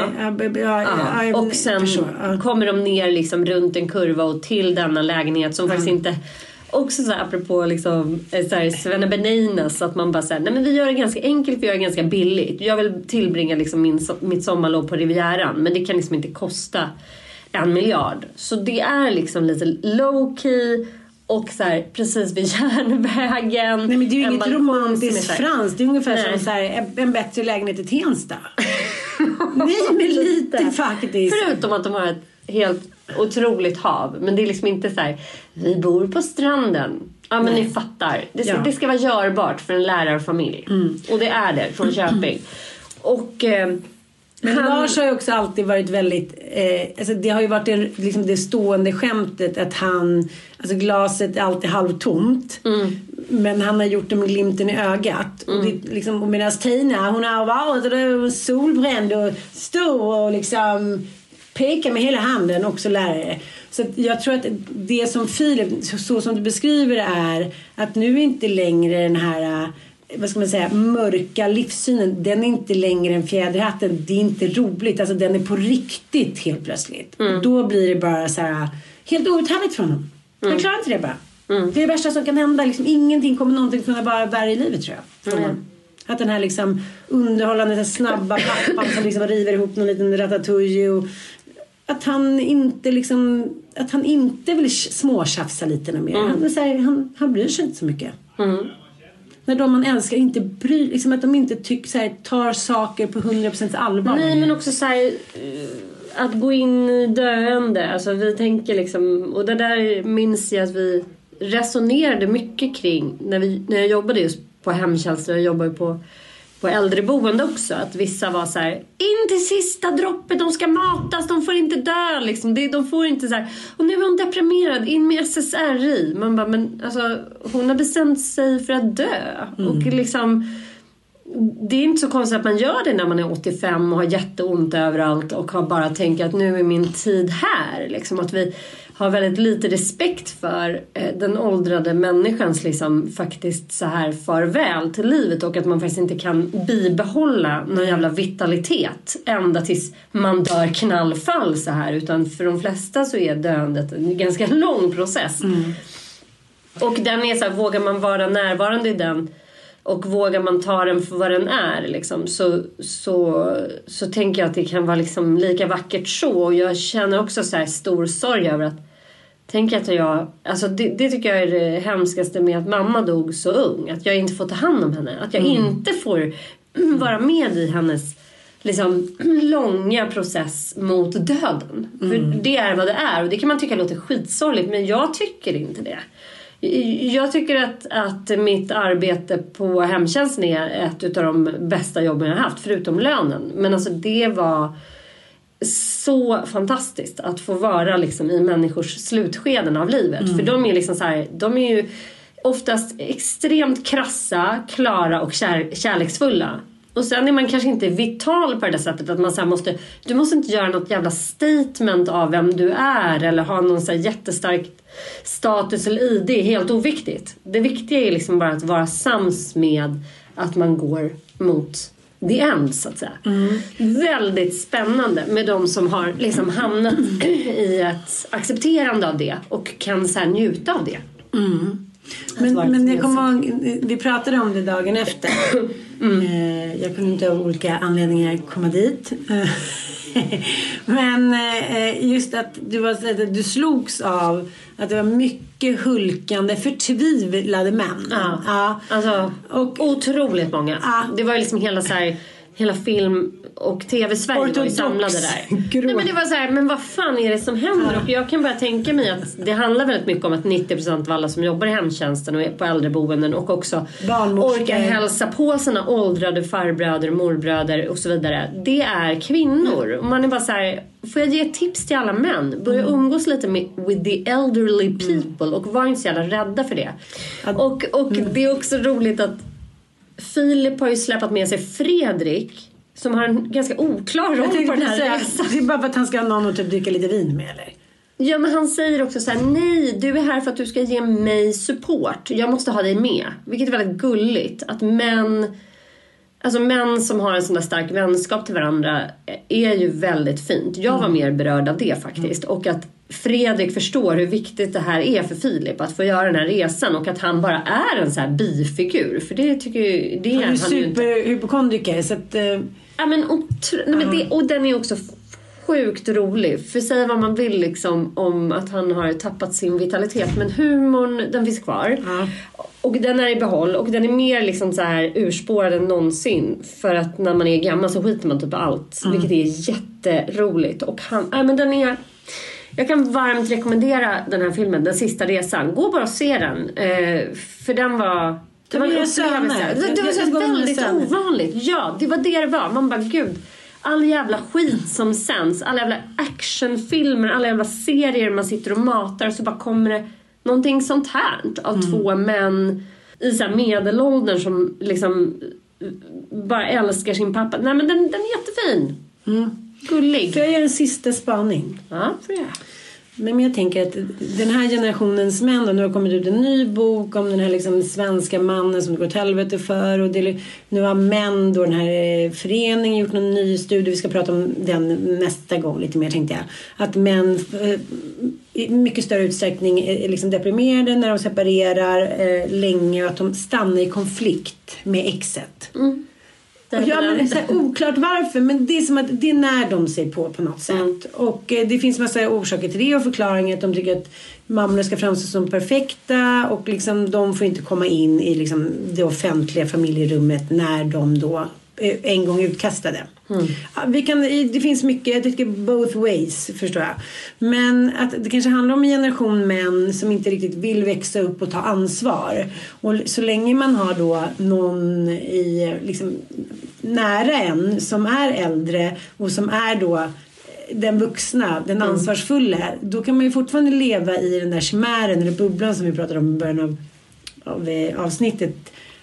Renault. Och sen kommer de ner liksom runt en kurva och till denna lägenhet som faktiskt inte... Också så här, apropå liksom, så här, Svenne Beninas, att man bara säger nej men vi gör det ganska enkelt, vi gör det ganska billigt. Jag vill tillbringa liksom mitt sommarlov på Rivieran, men det kan liksom inte kosta 1 miljard. Så det är liksom lite low key och så här, precis vid järnvägen. Nej men det är ju inget romantiskt franskt. Det är ungefär som så här, en bättre lägenhet i Tensta. Nej men lite faktiskt. Förutom att de har ett helt otroligt hav. Men det är liksom inte så här, vi bor på stranden. Ja men ni fattar. Det ska vara görbart för en lärarfamilj. Och det är det från Köping. Och... Men Lars har ju också alltid varit väldigt alltså det har ju varit liksom det stående skämtet att han, alltså glaset är alltid halvtomt men han har gjort det med glimten i ögat och det, liksom, och medan Tina hon har varit solbränd och stor och liksom pekar med hela handen också lärare. Så att jag tror att det som Filip, så som du beskriver är att nu är inte längre den här, vad ska man säga, mörka livssynen, den är inte längre en fjäderhatten, det är inte roligt, alltså den är på riktigt helt plötsligt. Då blir det bara så här helt outhärdligt från honom. Han klarar inte det bara. Det är det värsta som kan hända, liksom, ingenting kommer någonting kunna vara värre i livet tror jag. Att den här liksom underhållande snabba pappan som liksom river ihop någon liten ratatouille och att han inte liksom, att han inte vill småtjafsa lite mer. Han bryr sig inte så mycket. När de man älskar inte bryr, liksom att de inte så här, tar saker på 100% allvar. Nej, men också så här, att gå in i döende. Alltså vi tänker liksom, och det där minns jag att vi resonerade mycket kring när jag jobbade just på hemtjänst, och jag jobbade på äldreboende också, att vissa var så här, in till sista droppet, de ska matas, de får inte dö liksom, de får inte så här, och nu är hon deprimerad, in med SSRI. Man bara, men alltså hon har bestämt sig för att dö och liksom det är inte så konstigt att man gör det när man är 85 och har jätteont överallt och har bara tänkt att nu är min tid här. Liksom att vi har väldigt lite respekt för den åldrade människans liksom faktiskt så här farväl till livet, och att man faktiskt inte kan bibehålla någon jävla vitalitet ända tills man dör knallfall så här, utan för de flesta så är döendet en ganska lång process. Och den är så här, vågar man vara närvarande i den och vågar man ta den för vad den är liksom, så tänker jag att det kan vara liksom lika vackert så. Och jag känner också så här stor sorg över att tänka att jag, alltså det tycker jag är det hemskaste med att mamma dog så ung, att jag inte får ta hand om henne, att jag inte får vara med i hennes liksom långa process mot döden. För det är vad det är, och det kan man tycka låter skitsorgligt, men jag tycker inte det. Jag tycker att mitt arbete på hemtjänsten är ett av de bästa jobben jag har haft, förutom lönen. Men alltså det var så fantastiskt att få vara liksom i människors slutskeden av livet. För de är liksom så här, de är ju oftast extremt krassa, klara och kärleksfulla. Och sen är man kanske inte vital på det sättet att man så här du måste inte göra något jävla statement av vem du är eller ha någon så här jättestark status eller ID. Det är helt oviktigt. Det viktiga är liksom bara att vara sams med att man går mot the end, så att säga. Väldigt spännande med de som har liksom hamnat i ett accepterande av det och kan så här njuta av det. Men jag kommer ihåg, vi pratade om det dagen efter. Jag kunde inte av olika anledningar komma dit. Men just att du slogs av att det var mycket hulkande, förtvivlade män. Ja. Alltså, och otroligt många. Det var liksom hela film och tv-Sverige var ju samlade där. Nej, men det var så här, men vad fan är det som händer? Och jag kan bara tänka mig att det handlar väldigt mycket om att 90% av alla som jobbar i hemtjänsten och är på äldreboenden och också orkar hälsa på sina åldrade farbröder, morbröder och så vidare. Det är kvinnor. Och man är bara så här, får jag ge ett tips till alla män? Börja umgås lite with the elderly people och var inte så jävla rädda för det. Och det är också roligt att Filip har ju släppt med sig Fredrik, som har en ganska oklar roll på den här resan. Det är bara för att han ska ha någon att typ dricka lite vin med, eller? Ja, men han säger också så här: nej, du är här för att du ska ge mig support. Jag måste ha dig med. Vilket är väldigt gulligt. Att män som har en sån där stark vänskap till varandra är ju väldigt fint. Jag var mer berörd av det faktiskt. Och att Fredrik förstår hur viktigt det här är för Filip att få göra den här resan, och att han bara är en så här bifigur, för det tycker ju det är han ju superhypokondriker, så att ja, men och den är också sjukt rolig, för säga vad man vill liksom om att han har tappat sin vitalitet, men humorn, den finns kvar. Och den är i behåll, och den är mer liksom så här urspårad än någonsin, för att när man är gammal så skiter man typ på allt, vilket är jätteroligt. Och jag kan varmt rekommendera den här filmen, Den sista resan. Gå bara och se den. För den var... Det var så väldigt ovanligt. Ja, det var det var. Man bara, gud. All jävla skit som sänds. Alla jävla actionfilmer. Alla jävla serier man sitter och matar. Så bara kommer det någonting sånt här av två män i så här medelåldern som liksom bara älskar sin pappa. Nej, men den är jättefin. Gullig. Får jag göra en sista spaning? Ja, får jag. Men jag tänker att den här generationens män, nu har kommit ut en ny bok om den här liksom svenska mannen som det går åt helvete för, och nu har män då, den här föreningen gjort en ny studie, vi ska prata om den nästa gång lite mer, tänkte jag, att män i mycket större utsträckning är liksom deprimerade när de separerar länge, och att de stannar i konflikt med exet. Ja, men så här, oklart varför, men det är som att det när de sig på något sätt. Och det finns massa orsaker till det och förklaringar, att de tycker att mammor ska framstå som perfekta, och liksom de får inte komma in i liksom det offentliga familjerummet när de då en gång utkastade. Ja, det finns mycket, jag tycker both ways, förstår jag. Men att det kanske handlar om en generation män som inte riktigt vill växa upp och ta ansvar. Och så länge man har då någon i liksom nära en som är äldre och som är då den vuxna, den ansvarsfulla, då kan man ju fortfarande leva i den där chimären eller bubblan som vi pratade om i början av avsnittet.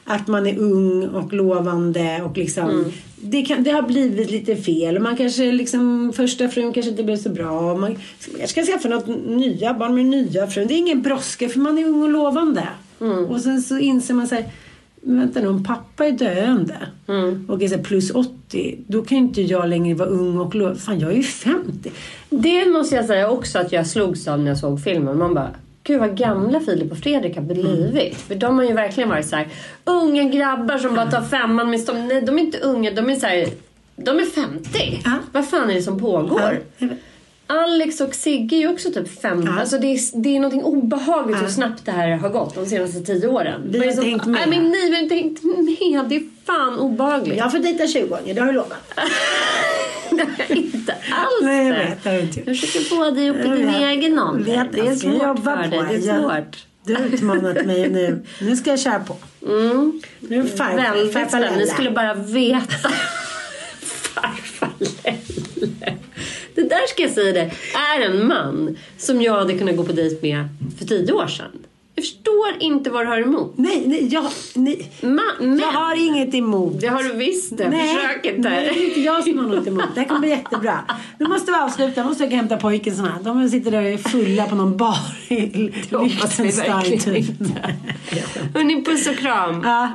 att man är ung och lovande och liksom det har blivit lite fel. Man kanske liksom, första frun kanske inte blev så bra. Jag ska skaffa något nya barn med nya frun. Det är ingen brådska för man är ung och lovande. Och sen så inser man så här, men vänta nu, om pappa är döende och är så plus 80, då kan inte jag längre vara ung och lovande. Fan, jag är ju 50. Det måste jag säga också att jag slogs av när jag såg filmen. Man bara, gud vad gamla Filip och Fredrik har blivit. För de har ju verkligen varit så här unga grabbar som bara tar femman. Men de är inte unga, de är så här, de är 50. Vad fan är det som pågår? Alex och Sigge är ju också typ 50. Alltså det är någonting obehagligt hur snabbt det här har gått de senaste 10 åren. Vi har inte hängt med. Men nej, vi har inte hängt med. Det är fan obehagligt. Jag får dejta 20 gånger, det har jag lovat. Inte alls. Nej, jag vet. Jag försöker få dig upp i din egen ålder. Det är svårt för dig. Det är svårt. Du har utmanat mig nu. Nu ska jag köra på. Nu är väldigt spännande. Ni skulle bara veta. Farfar Lelle. Det där ska jag säga det. Är en man som jag hade kunnat gå på dejt med för 10 år sedan. Jag förstår inte vad du har emot. Nej, jag har inget emot. Det har du visst det. Försöket där. Nej, det är inte jag som har något emot. Det kommer bli jättebra. Nu måste vi avsluta. Jag måste hämta pojken såna. De sitter där fulla på någon bar i Liechtenstein. Hörrni, puss och kram. Ja.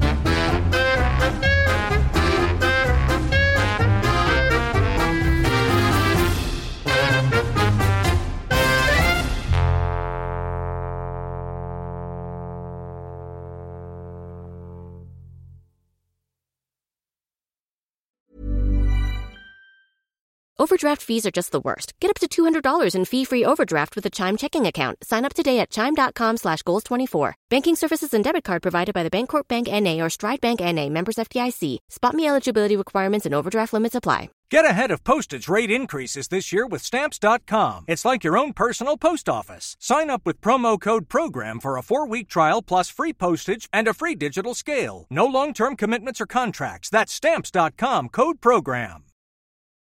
Overdraft fees are just the worst. Get up to $200 in fee-free overdraft with a Chime checking account. Sign up today at chime.com/goals24. Banking services and debit card provided by the Bancorp Bank N.A. or Stride Bank N.A. Members FDIC. Spot me eligibility requirements and overdraft limits apply. Get ahead of postage rate increases this year with Stamps.com. It's like your own personal post office. Sign up with promo code PROGRAM for a 4-week trial plus free postage and a free digital scale. No long-term commitments or contracts. That's Stamps.com, code PROGRAM.